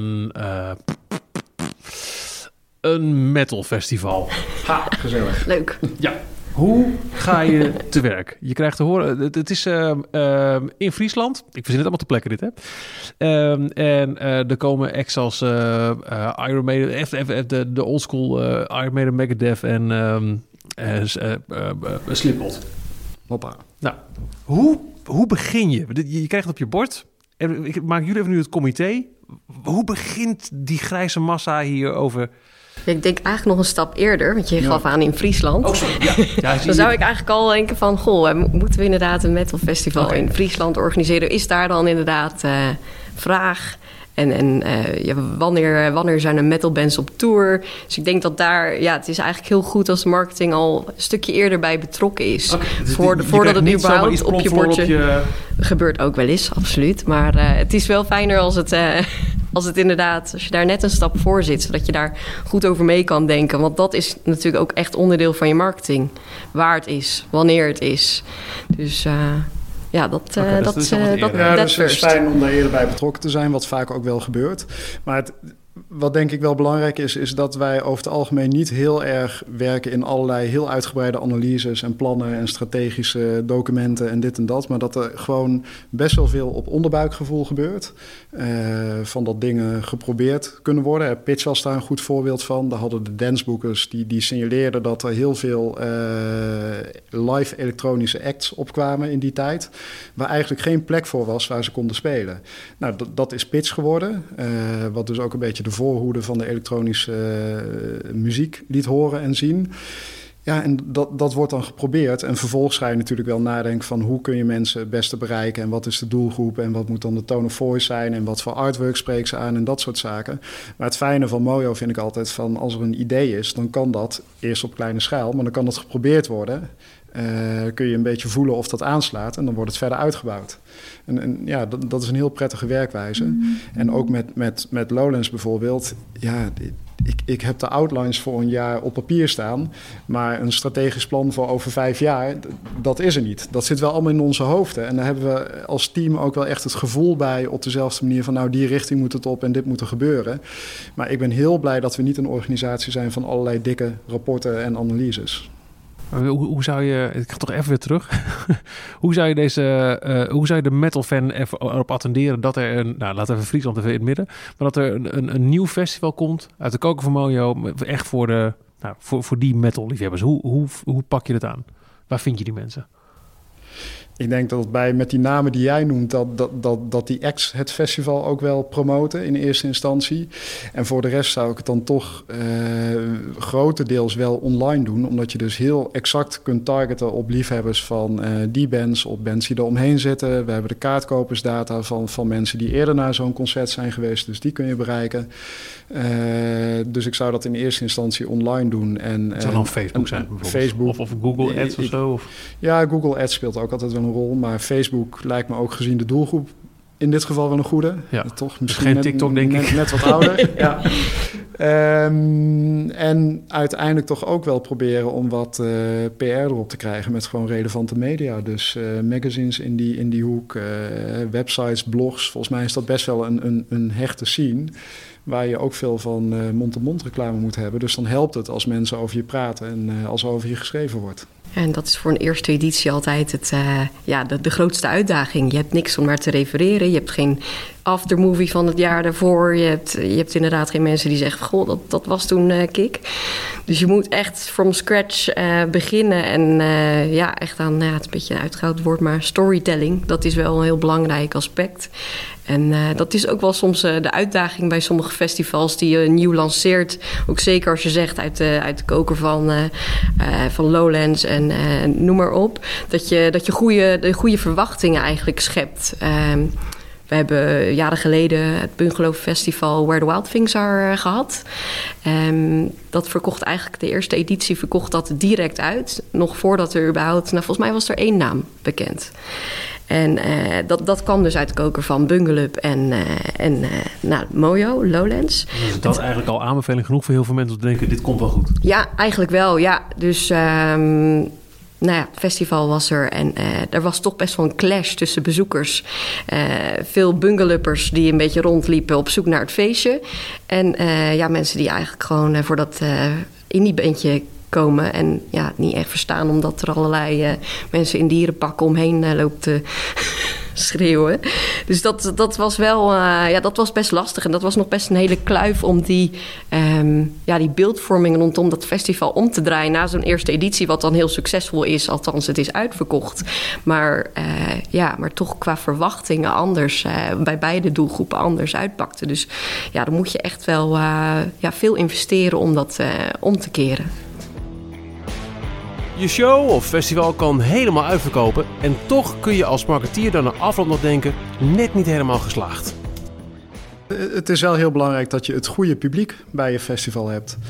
een metal festival. Ha, gezellig. Leuk. Ja. Hoe ga je te werk? Je krijgt te horen, het is in Friesland. Ik verzin het allemaal te plekken dit, hè. En er komen acts als Iron Maiden, de oldschool Iron Maiden, Megadeth en Slipknot. Hoppa. Nou, hoe begin je? Je krijgt het op je bord. En ik maak jullie even nu het comité. Hoe begint die grijze massa hierover? Ik denk eigenlijk nog een stap eerder, want je gaf aan in Friesland. Oh, sorry. Ja, dan zou ik eigenlijk al denken van, moeten we inderdaad een metal festival in Friesland organiseren? Is daar dan inderdaad vraag? En wanneer zijn er metalbands op tour? Dus ik denk dat daar, het is eigenlijk heel goed als de marketing al een stukje eerder bij betrokken is. Okay, dus voordat het überhaupt op je bordje gebeurt ook wel eens, absoluut. Maar het is wel fijner als het als je daar net een stap voor zit, zodat je daar goed over mee kan denken. Want dat is natuurlijk ook echt onderdeel van je marketing. Waar het is, wanneer het is. Dus dat dus het is fijn om daar eerder bij betrokken te zijn, wat vaak ook wel gebeurt. Maar wat denk ik wel belangrijk is dat wij over het algemeen niet heel erg werken in allerlei heel uitgebreide analyses en plannen en strategische documenten en dit en dat. Maar dat er gewoon best wel veel op onderbuikgevoel gebeurt. Van dat dingen geprobeerd kunnen worden. Pitch was daar een goed voorbeeld van. Daar hadden de dansboekers die signaleerden dat er heel veel live elektronische acts opkwamen in die tijd. Waar eigenlijk geen plek voor was waar ze konden spelen. Nou, dat is pitch geworden. Wat dus ook een beetje de voorhoede van de elektronische muziek liet horen en zien. Ja, en dat wordt dan geprobeerd. En vervolgens ga je natuurlijk wel nadenken van hoe kun je mensen het beste bereiken en wat is de doelgroep en wat moet dan de tone of voice zijn en wat voor artwork spreekt ze aan en dat soort zaken. Maar het fijne van Mojo vind ik altijd van als er een idee is, dan kan dat eerst op kleine schaal, maar dan kan dat geprobeerd worden. Kun je een beetje voelen of dat aanslaat en dan wordt het verder uitgebouwd. En ja, dat is een heel prettige werkwijze. Mm-hmm. En ook met Lowlands bijvoorbeeld, ja, ik heb de outlines voor een jaar op papier staan, maar een strategisch plan voor over 5 jaar, dat is er niet. Dat zit wel allemaal in onze hoofden. En daar hebben we als team ook wel echt het gevoel bij op dezelfde manier van nou, die richting moet het op en dit moet er gebeuren. Maar ik ben heel blij dat we niet een organisatie zijn van allerlei dikke rapporten en analyses. Hoe zou je... Ik ga toch even weer terug. Hoe zou je de metal fan erop attenderen dat er een... Nou, laten we even Friesland even in het midden. Maar dat er een nieuw festival komt uit de koker van Mojo. Echt voor die metal liefhebbers. Hoe pak je dat aan? Waar vind je die mensen? Ik denk dat met die namen die jij noemt, dat die acts het festival ook wel promoten in eerste instantie. En voor de rest zou ik het dan toch grotendeels wel online doen. Omdat je dus heel exact kunt targeten op liefhebbers van die bands, op bands die er omheen zitten. We hebben de kaartkopersdata van mensen die eerder naar zo'n concert zijn geweest. Dus die kun je bereiken. Dus ik zou dat in eerste instantie online doen. Het zou dan Facebook zijn bijvoorbeeld? Facebook. Of Google Ads of zo? Ja, Google Ads speelt ook altijd wel een rol. Maar Facebook lijkt me ook gezien de doelgroep in dit geval wel een goede. Ja, toch misschien geen TikTok, denk ik. Net wat ouder. Ja. En uiteindelijk toch ook wel proberen om wat PR erop te krijgen met gewoon relevante media. Dus magazines in die hoek, websites, blogs. Volgens mij is dat best wel een hechte scene waar je ook veel van mond-to-mond reclame moet hebben. Dus dan helpt het als mensen over je praten en als er over je geschreven wordt. En dat is voor een eerste editie altijd de grootste uitdaging. Je hebt niks om naar te refereren. Je hebt geen aftermovie van het jaar daarvoor. Je hebt inderdaad geen mensen die zeggen... goh, dat was toen Kik. Dus je moet echt from scratch beginnen. En echt aan... het is een beetje een uitgehoud woord, maar storytelling. Dat is wel een heel belangrijk aspect. En dat is ook wel soms de uitdaging bij sommige festivals die je nieuw lanceert. Ook zeker als je zegt uit de koker van Lowlands en noem maar op. Dat je de goede verwachtingen eigenlijk schept. We hebben jaren geleden het Bungalow Festival Where the Wild Things Are gehad. Dat verkocht eigenlijk, de eerste editie verkocht dat direct uit. Nog voordat er überhaupt, volgens mij was er 1 naam bekend. En dat kwam dus uit de koker van Bungalow en Mojo, Lowlands. Is dat eigenlijk al aanbeveling genoeg voor heel veel mensen om te denken, dit komt wel goed? Ja, eigenlijk wel, ja. Dus... het festival was er en er was toch best wel een clash tussen bezoekers. Veel bungalowers die een beetje rondliepen op zoek naar het feestje. En mensen die eigenlijk gewoon voor dat indie-bandje komen en niet echt verstaan omdat er allerlei mensen in dierenpakken omheen lopen te schreeuwen. Dus dat was wel, dat was best lastig en dat was nog best een hele kluif om die beeldvorming rondom dat festival om te draaien na zo'n eerste editie, wat dan heel succesvol is, althans het is uitverkocht. Maar toch qua verwachtingen anders, bij beide doelgroepen anders uitpakte. Dus dan moet je echt wel veel investeren om dat om te keren. Je show of festival kan helemaal uitverkopen en toch kun je als marketeer dan na afloop nog denken, net niet helemaal geslaagd. Het is wel heel belangrijk dat je het goede publiek bij je festival hebt.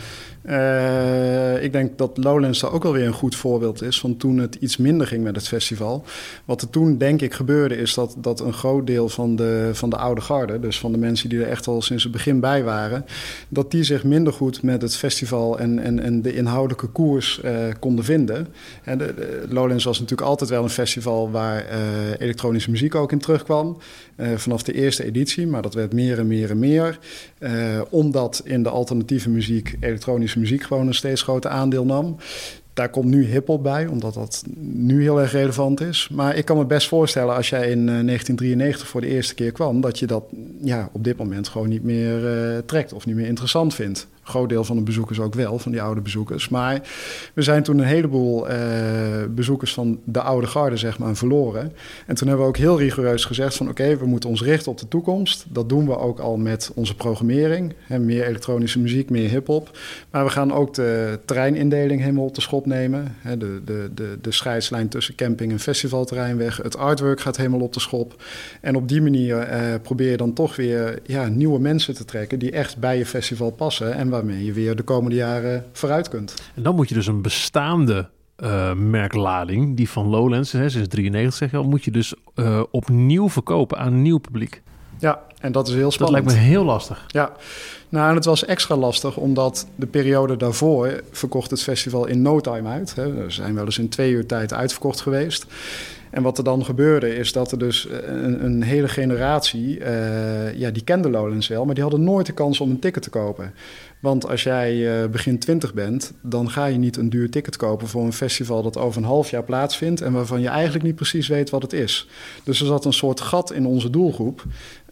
Ik denk dat Lowlands daar ook wel weer een goed voorbeeld is van toen het iets minder ging met het festival. Wat er toen denk ik gebeurde is dat een groot deel van de oude garde, dus van de mensen die er echt al sinds het begin bij waren, dat die zich minder goed met het festival en de inhoudelijke koers konden vinden. En Lowlands was natuurlijk altijd wel een festival waar elektronische muziek ook in terugkwam. Vanaf de eerste editie, maar dat werd meer en meer en meer. Omdat in de alternatieve muziek elektronische muziek gewoon een steeds groter aandeel nam. Daar komt nu hiphop bij, omdat dat nu heel erg relevant is. Maar ik kan me best voorstellen als jij in 1993 voor de eerste keer kwam, dat je dat op dit moment gewoon niet meer trekt of niet meer interessant vindt. Een groot deel van de bezoekers ook wel, van die oude bezoekers. Maar we zijn toen een heleboel bezoekers van de oude garde, zeg maar, verloren. En toen hebben we ook heel rigoureus gezegd van oké, we moeten ons richten op de toekomst. Dat doen we ook al met onze programmering. Meer elektronische muziek, meer hiphop. Maar we gaan ook de terreinindeling helemaal op de schop nemen. De scheidslijn tussen camping en festivalterrein weg. Het artwork gaat helemaal op de schop. En op die manier probeer je dan toch weer nieuwe mensen te trekken die echt bij je festival passen en waarmee je weer de komende jaren vooruit kunt. En dan moet je dus een bestaande merklading, die van Lowlands, sinds 93 zeg je al, moet je dus opnieuw verkopen aan een nieuw publiek. Ja, en dat is heel spannend. Dat lijkt me heel lastig. Ja, nou, en het was extra lastig omdat de periode daarvoor verkocht het festival in no time uit. We zijn wel eens in 2 uur tijd uitverkocht geweest. En wat er dan gebeurde is dat er dus een hele generatie, die kende Lowlands wel, maar die hadden nooit de kans om een ticket te kopen. Want als jij begin 20 bent, dan ga je niet een duur ticket kopen voor een festival dat over een half jaar plaatsvindt en waarvan je eigenlijk niet precies weet wat het is. Dus er zat een soort gat in onze doelgroep,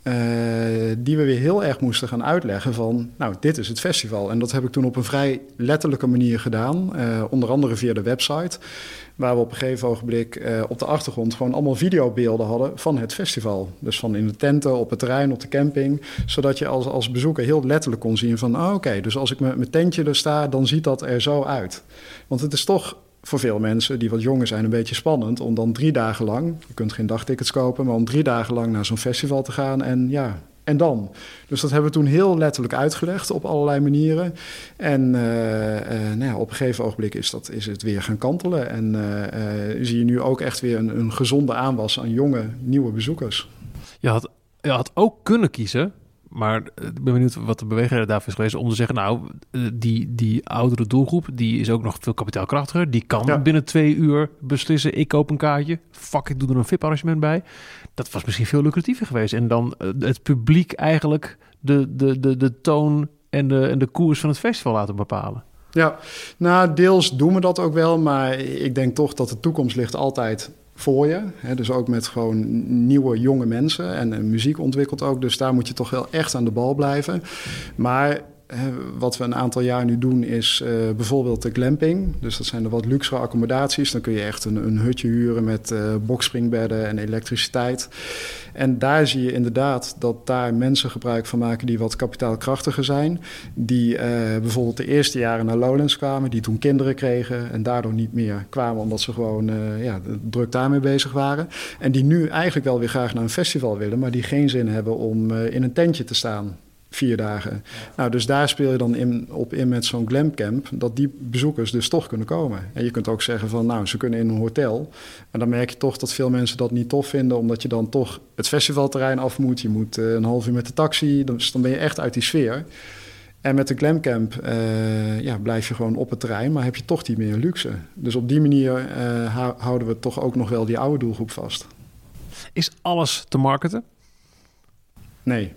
die we weer heel erg moesten gaan uitleggen van, nou, dit is het festival. En dat heb ik toen op een vrij letterlijke manier gedaan, onder andere via de website, waar we op een gegeven ogenblik op de achtergrond gewoon allemaal videobeelden hadden van het festival. Dus van in de tenten, op het terrein, op de camping, zodat je als bezoeker heel letterlijk kon zien van, oké, dus als ik met mijn tentje er sta, dan ziet dat er zo uit. Want het is toch voor veel mensen die wat jonger zijn een beetje spannend om dan 3 dagen lang, je kunt geen dagtickets kopen, maar om 3 dagen lang naar zo'n festival te gaan en dan. Dus dat hebben we toen heel letterlijk uitgelegd op allerlei manieren. En op een gegeven ogenblik is het weer gaan kantelen. En zie je nu ook echt weer een gezonde aanwas aan jonge, nieuwe bezoekers. Je had ook kunnen kiezen, maar ik ben benieuwd wat de beweging daarvoor is geweest om te zeggen, nou, die oudere doelgroep, die is ook nog veel kapitaalkrachtiger. Die kan binnen 2 uur beslissen, ik koop een kaartje. Fuck, ik doe er een VIP-arrangement bij. Dat was misschien veel lucratiever geweest. En dan het publiek eigenlijk de toon en de koers van het festival laten bepalen. Ja, nou, deels doen we dat ook wel. Maar ik denk toch dat de toekomst ligt altijd voor je. Dus ook met gewoon nieuwe, jonge mensen. En muziek ontwikkelt ook. Dus daar moet je toch wel echt aan de bal blijven. Maar wat we een aantal jaar nu doen is bijvoorbeeld de glamping. Dus dat zijn de wat luxere accommodaties. Dan kun je echt een hutje huren met boxspringbedden en elektriciteit. En daar zie je inderdaad dat daar mensen gebruik van maken die wat kapitaalkrachtiger zijn. Die bijvoorbeeld de eerste jaren naar Lowlands kwamen, die toen kinderen kregen en daardoor niet meer kwamen omdat ze gewoon druk daarmee bezig waren. En die nu eigenlijk wel weer graag naar een festival willen, maar die geen zin hebben om in een tentje te staan 4 dagen. Ja. Nou, dus daar speel je dan in met zo'n glamcamp, dat die bezoekers dus toch kunnen komen. En je kunt ook zeggen van, nou, ze kunnen in een hotel. Maar dan merk je toch dat veel mensen dat niet tof vinden, omdat je dan toch het festivalterrein af moet. Je moet een half uur met de taxi, dus dan ben je echt uit die sfeer. En met de glamcamp blijf je gewoon op het terrein, maar heb je toch die meer luxe. Dus op die manier houden we toch ook nog wel die oude doelgroep vast. Is alles te marketen? Nee.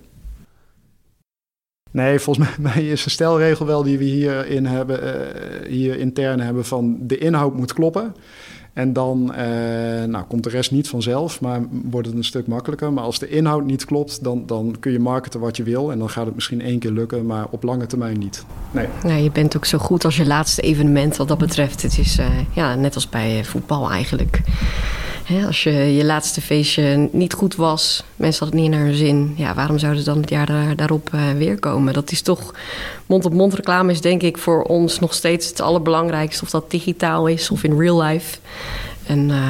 Nee, volgens mij is de stelregel wel die we hierin hebben, hier intern hebben van de inhoud moet kloppen. En dan komt de rest niet vanzelf, maar wordt het een stuk makkelijker. Maar als de inhoud niet klopt, dan kun je marketen wat je wil. En dan gaat het misschien 1 keer lukken, maar op lange termijn niet. Nee. Je bent ook zo goed als je laatste evenement wat dat betreft. Het is net als bij voetbal eigenlijk. Als je laatste feestje niet goed was, mensen hadden het niet naar hun zin. Ja, waarom zouden ze dan het jaar daarop weer komen? Dat is toch, mond-op-mond reclame is denk ik voor ons nog steeds het allerbelangrijkste. Of dat digitaal is of in real life. En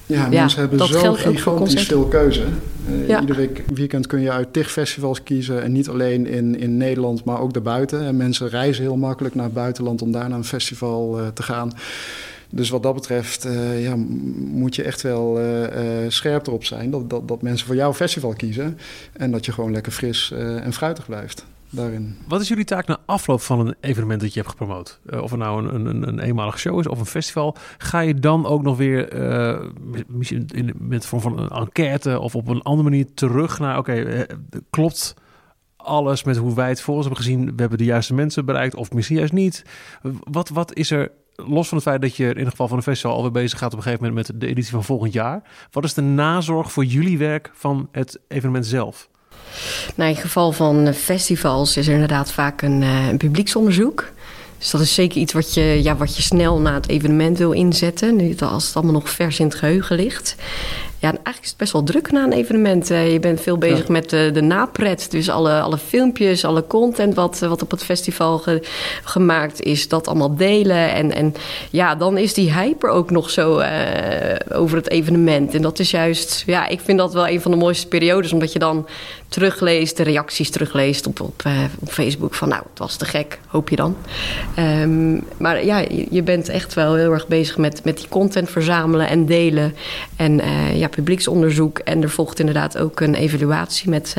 Ja, mensen hebben dat zo geldt ook voor gigantisch concerten. veel keuze. Ieder weekend kun je uit 10 festivals kiezen. En niet alleen in Nederland, maar ook daarbuiten. En mensen reizen heel makkelijk naar het buitenland om daar naar een festival te gaan. Dus wat dat betreft moet je echt wel scherp erop zijn dat mensen voor jouw festival kiezen. En dat je gewoon lekker fris en fruitig blijft daarin. Wat is jullie taak na afloop van een evenement dat je hebt gepromoot? Of het nou een eenmalige show is of een festival. Ga je dan ook nog weer met vorm van een enquête of op een andere manier terug naar... klopt alles met hoe wij het voor ons hebben gezien? We hebben de juiste mensen bereikt of misschien juist niet. Wat is er... Los van het feit dat je in ieder geval van een festival alweer bezig gaat op een gegeven moment met de editie van volgend jaar. Wat is de nazorg voor jullie werk van het evenement zelf? Nou, in geval van festivals is er inderdaad vaak een publieksonderzoek. Dus dat is zeker iets wat je snel na het evenement wil inzetten. Nu, als het allemaal nog vers in het geheugen ligt. Ja, en eigenlijk is het best wel druk na een evenement. Je bent veel bezig met de napret. Dus alle filmpjes, alle content wat op het festival gemaakt is. Dat allemaal delen. En dan is die hype er ook nog zo over het evenement. En dat is juist... Ja, ik vind dat wel een van de mooiste periodes. Omdat je dan terugleest, de reacties terugleest op Facebook. Van het was te gek, hoop je dan. Maar ja, je bent echt wel heel erg bezig met die content verzamelen en delen. En publieksonderzoek. En er volgt inderdaad ook een evaluatie met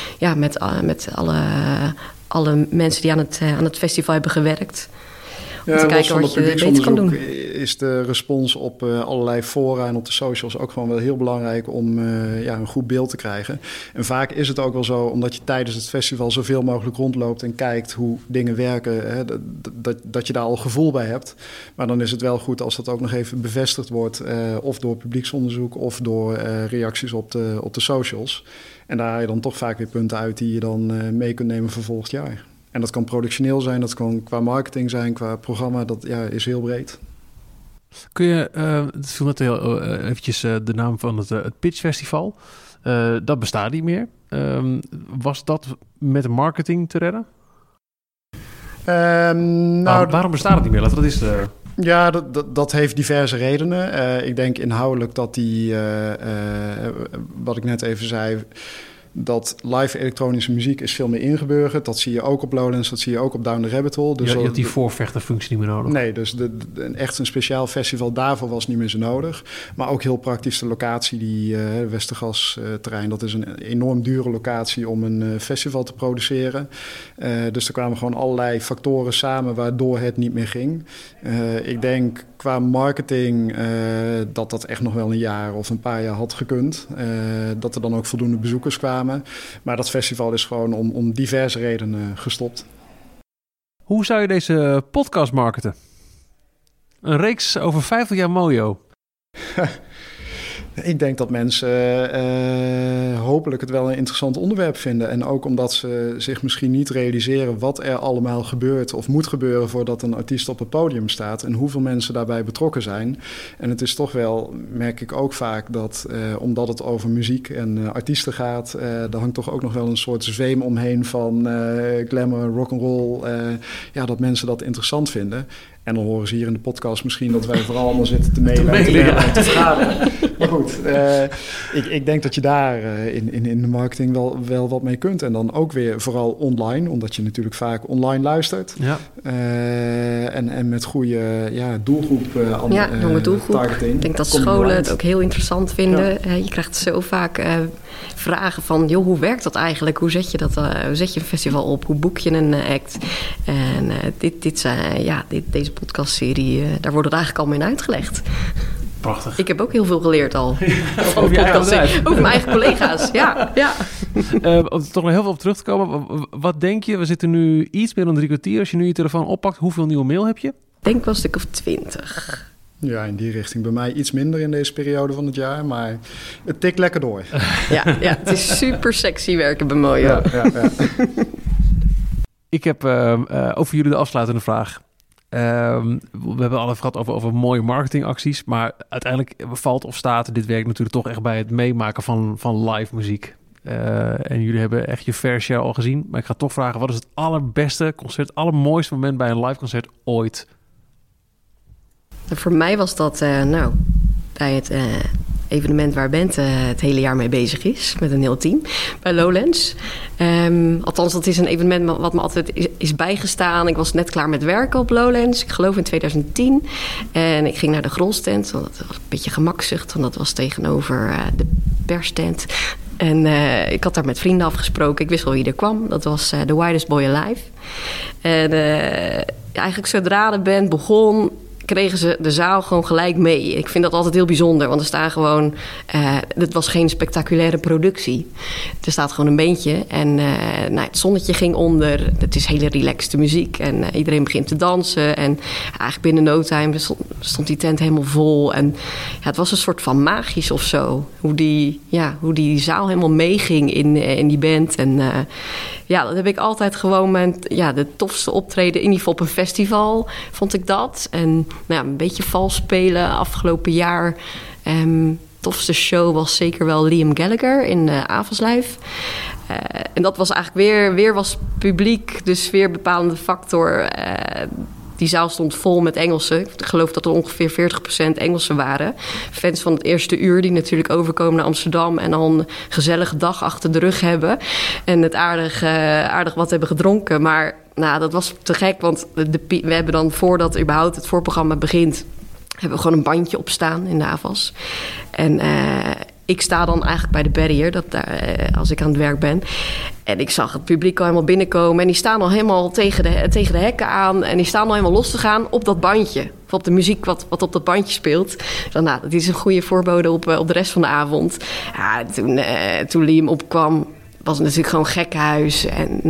alle mensen die aan het festival hebben gewerkt. Om te kijken wat je beter kan doen. Is de respons op allerlei fora en op de socials ook gewoon wel heel belangrijk om een goed beeld te krijgen. En vaak is het ook wel zo, omdat je tijdens het festival zoveel mogelijk rondloopt en kijkt hoe dingen werken, dat je daar al gevoel bij hebt. Maar dan is het wel goed als dat ook nog even bevestigd wordt, of door publieksonderzoek of door reacties op de socials. En daar haal je dan toch vaak weer punten uit die je dan mee kunt nemen voor volgend jaar. En dat kan productioneel zijn, dat kan qua marketing zijn, qua programma, dat is heel breed. Kun je, het viel net heel eventjes de naam van het Pitch Festival. Dat bestaat niet meer. Was dat met marketing te redden? Waarom bestaat het niet meer? Laten we dat eens... Ja, dat heeft diverse redenen. Ik denk inhoudelijk dat wat ik net even zei, dat live elektronische muziek is veel meer ingeburgerd. Dat zie je ook op Lowlands, dat zie je ook op Down the Rabbit Hole. Dus je had die voorvechterfunctie niet meer nodig. Nee, dus echt een speciaal festival daarvoor was niet meer zo nodig. Maar ook heel praktisch de locatie, die Westergasterrein, dat is een enorm dure locatie om een festival te produceren. Dus er kwamen gewoon allerlei factoren samen waardoor het niet meer ging. Ik denk qua marketing dat echt nog wel een jaar of een paar jaar had gekund. Dat er dan ook voldoende bezoekers kwamen. Maar dat festival is gewoon om diverse redenen gestopt. Hoe zou je deze podcast marketen? Een reeks over 50 jaar Mojo. Ik denk dat mensen hopelijk het wel een interessant onderwerp vinden. En ook omdat ze zich misschien niet realiseren wat er allemaal gebeurt of moet gebeuren voordat een artiest op het podium staat. En hoeveel mensen daarbij betrokken zijn. En het is toch wel, merk ik ook vaak, dat omdat het over muziek en artiesten gaat, er hangt toch ook nog wel een soort zweem omheen van glamour, rock'n'roll. Dat mensen dat interessant vinden. En dan horen ze hier in de podcast misschien dat wij vooral allemaal zitten te mailen en te vergaderen. Maar goed, ik denk dat je daar in de marketing wel wat mee kunt. En dan ook weer vooral online, omdat je natuurlijk vaak online luistert. Ja. En met goede doelgroep jonge doelgroep. Targeting. Ik denk dat scholen het ook heel interessant vinden. Ja. Je krijgt zo vaak vragen van, joh, hoe werkt dat eigenlijk? Hoe zet je dat? Hoe zet je een festival op? Hoe boek je een act? En deze podcastserie, daar wordt het eigenlijk allemaal in uitgelegd. Prachtig. Ik heb ook heel veel geleerd al. Over je eigen bedrijf. Over mijn eigen collega's, ja. Om toch nog heel veel op terug te komen. Wat denk je? We zitten nu iets meer dan 3 kwartier. Als je nu je telefoon oppakt, hoeveel nieuwe mail heb je? Ik denk wel een stuk of 20. Ja, in die richting. Bij mij iets minder in deze periode van het jaar, maar het tikt lekker door. Ja, het is super sexy werken bij Mojo. Ja. Ik heb over jullie de afsluitende vraag. We hebben al even gehad over mooie marketingacties, maar uiteindelijk valt of staat dit werk natuurlijk toch echt bij het meemaken van live muziek. En jullie hebben echt je fair share al gezien, maar ik ga toch vragen, wat is het allerbeste concert, het allermooiste moment bij een live concert ooit? Voor mij was dat bij het evenement waar Bente het hele jaar mee bezig is. Met een heel team bij Lowlands. Althans, dat is een evenement wat me altijd is bijgestaan. Ik was net klaar met werken op Lowlands. Ik geloof in 2010. En ik ging naar de grolstent. Want dat was een beetje gemakzucht. Want dat was tegenover de perstent. En ik had daar met vrienden afgesproken. Ik wist wel wie er kwam. Dat was The Widest Boy Alive. En eigenlijk zodra de band begon, kregen ze de zaal gewoon gelijk mee. Ik vind dat altijd heel bijzonder, want er staan gewoon... het was geen spectaculaire productie. Er staat gewoon een beentje en het zonnetje ging onder. Het is hele relaxte muziek en iedereen begint te dansen. En eigenlijk binnen no time stond die tent helemaal vol. En het was een soort van magisch of zo. Hoe die zaal helemaal meeging in die band. En dat heb ik altijd gewoon de tofste optreden. In ieder geval op een festival vond ik dat. En een beetje vals spelen afgelopen jaar. Tofste show was zeker wel Liam Gallagher in Avonds Live. En dat was eigenlijk weer was publiek, dus weer bepalende factor. Die zaal stond vol met Engelsen. Ik geloof dat er ongeveer 40% Engelsen waren. Fans van het eerste uur die natuurlijk overkomen naar Amsterdam en al een gezellige dag achter de rug hebben. En het aardig wat hebben gedronken. Maar dat was te gek, want we hebben dan voordat überhaupt het voorprogramma begint, hebben we gewoon een bandje op staan in de AVAS. En ik sta dan eigenlijk bij de barrier, als ik aan het werk ben. En ik zag het publiek al helemaal binnenkomen. En die staan al helemaal tegen de hekken aan. En die staan al helemaal los te gaan op dat bandje. Of op de muziek wat op dat bandje speelt. Dan, dat is een goede voorbode op de rest van de avond. Ja, toen Liam opkwam, was het natuurlijk gewoon gekhuis. En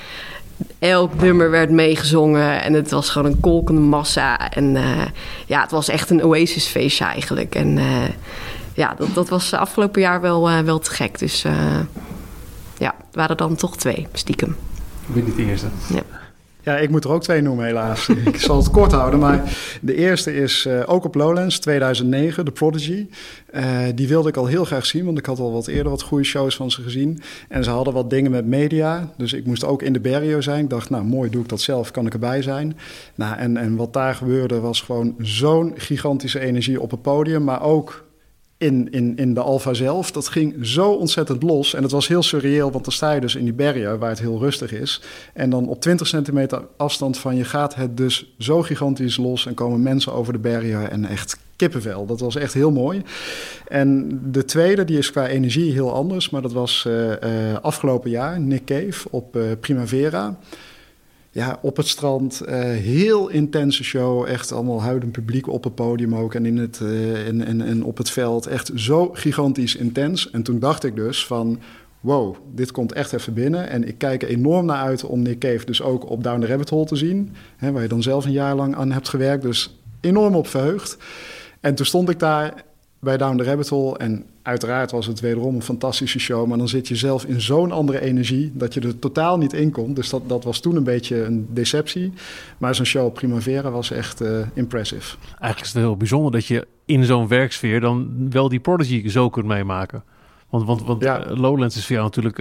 elk nummer werd meegezongen. En het was gewoon een kolkende massa. En het was echt een Oasis-feestje eigenlijk. En dat was afgelopen jaar wel te gek. Dus het waren dan toch 2, stiekem. Ik ben niet de eerste. Ja. Ja, ik moet er ook 2 noemen helaas. Ik zal het kort houden, maar de eerste is ook op Lowlands, 2009, The Prodigy. Die wilde ik al heel graag zien, want ik had al wat eerder wat goede shows van ze gezien. En ze hadden wat dingen met media, dus ik moest ook in de Berrio zijn. Ik dacht, mooi, doe ik dat zelf, kan ik erbij zijn. En wat daar gebeurde was gewoon zo'n gigantische energie op het podium, maar ook in de Alfa zelf. Dat ging zo ontzettend los. En het was heel surreëel, want dan sta je dus in die bergen waar het heel rustig is. En dan op 20 centimeter afstand van je gaat het dus zo gigantisch los en komen mensen over de bergen en echt kippenvel. Dat was echt heel mooi. En de tweede, die is qua energie heel anders, maar dat was afgelopen jaar, Nick Cave op Primavera. Ja, op het strand, heel intense show. Echt allemaal huidend publiek op het podium ook. En en op het veld. Echt zo gigantisch intens. En toen dacht ik dus van, wow, dit komt echt even binnen. En ik kijk er enorm naar uit om Nick Cave dus ook op Down the Rabbit Hole te zien. Hè, waar je dan zelf een jaar lang aan hebt gewerkt. Dus enorm op verheugd. En toen stond ik daar bij Down the Rabbit Hole. En uiteraard was het wederom een fantastische show. Maar dan zit je zelf in zo'n andere energie dat je er totaal niet in komt. Dus dat was toen een beetje een deceptie. Maar zo'n show op Primavera was echt impressive. Eigenlijk is het heel bijzonder dat je in zo'n werksfeer dan wel die Prodigy zo kunt meemaken. Want Lowlands is voor jou natuurlijk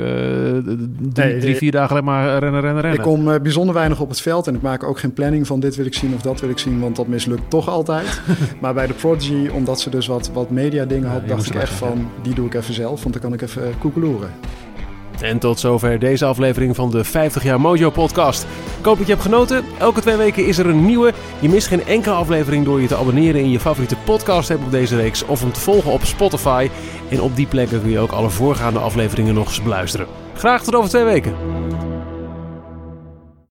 3-4 dagen alleen maar rennen. Ik kom bijzonder weinig op het veld en ik maak ook geen planning van dit wil ik zien of dat wil ik zien, want dat mislukt toch altijd. Maar bij de Prodigy, omdat ze dus wat media dingen had, dacht ik echt van, die doe ik even zelf, want dan kan ik even koekeloeren. En tot zover deze aflevering van de 50 jaar Mojo podcast. Ik hoop dat je hebt genoten. Elke 2 weken is er een nieuwe. Je mist geen enkele aflevering door je te abonneren in je favoriete podcast app op deze reeks of hem te volgen op Spotify. En op die plekken kun je ook alle voorgaande afleveringen nog eens beluisteren. Graag tot over 2 weken.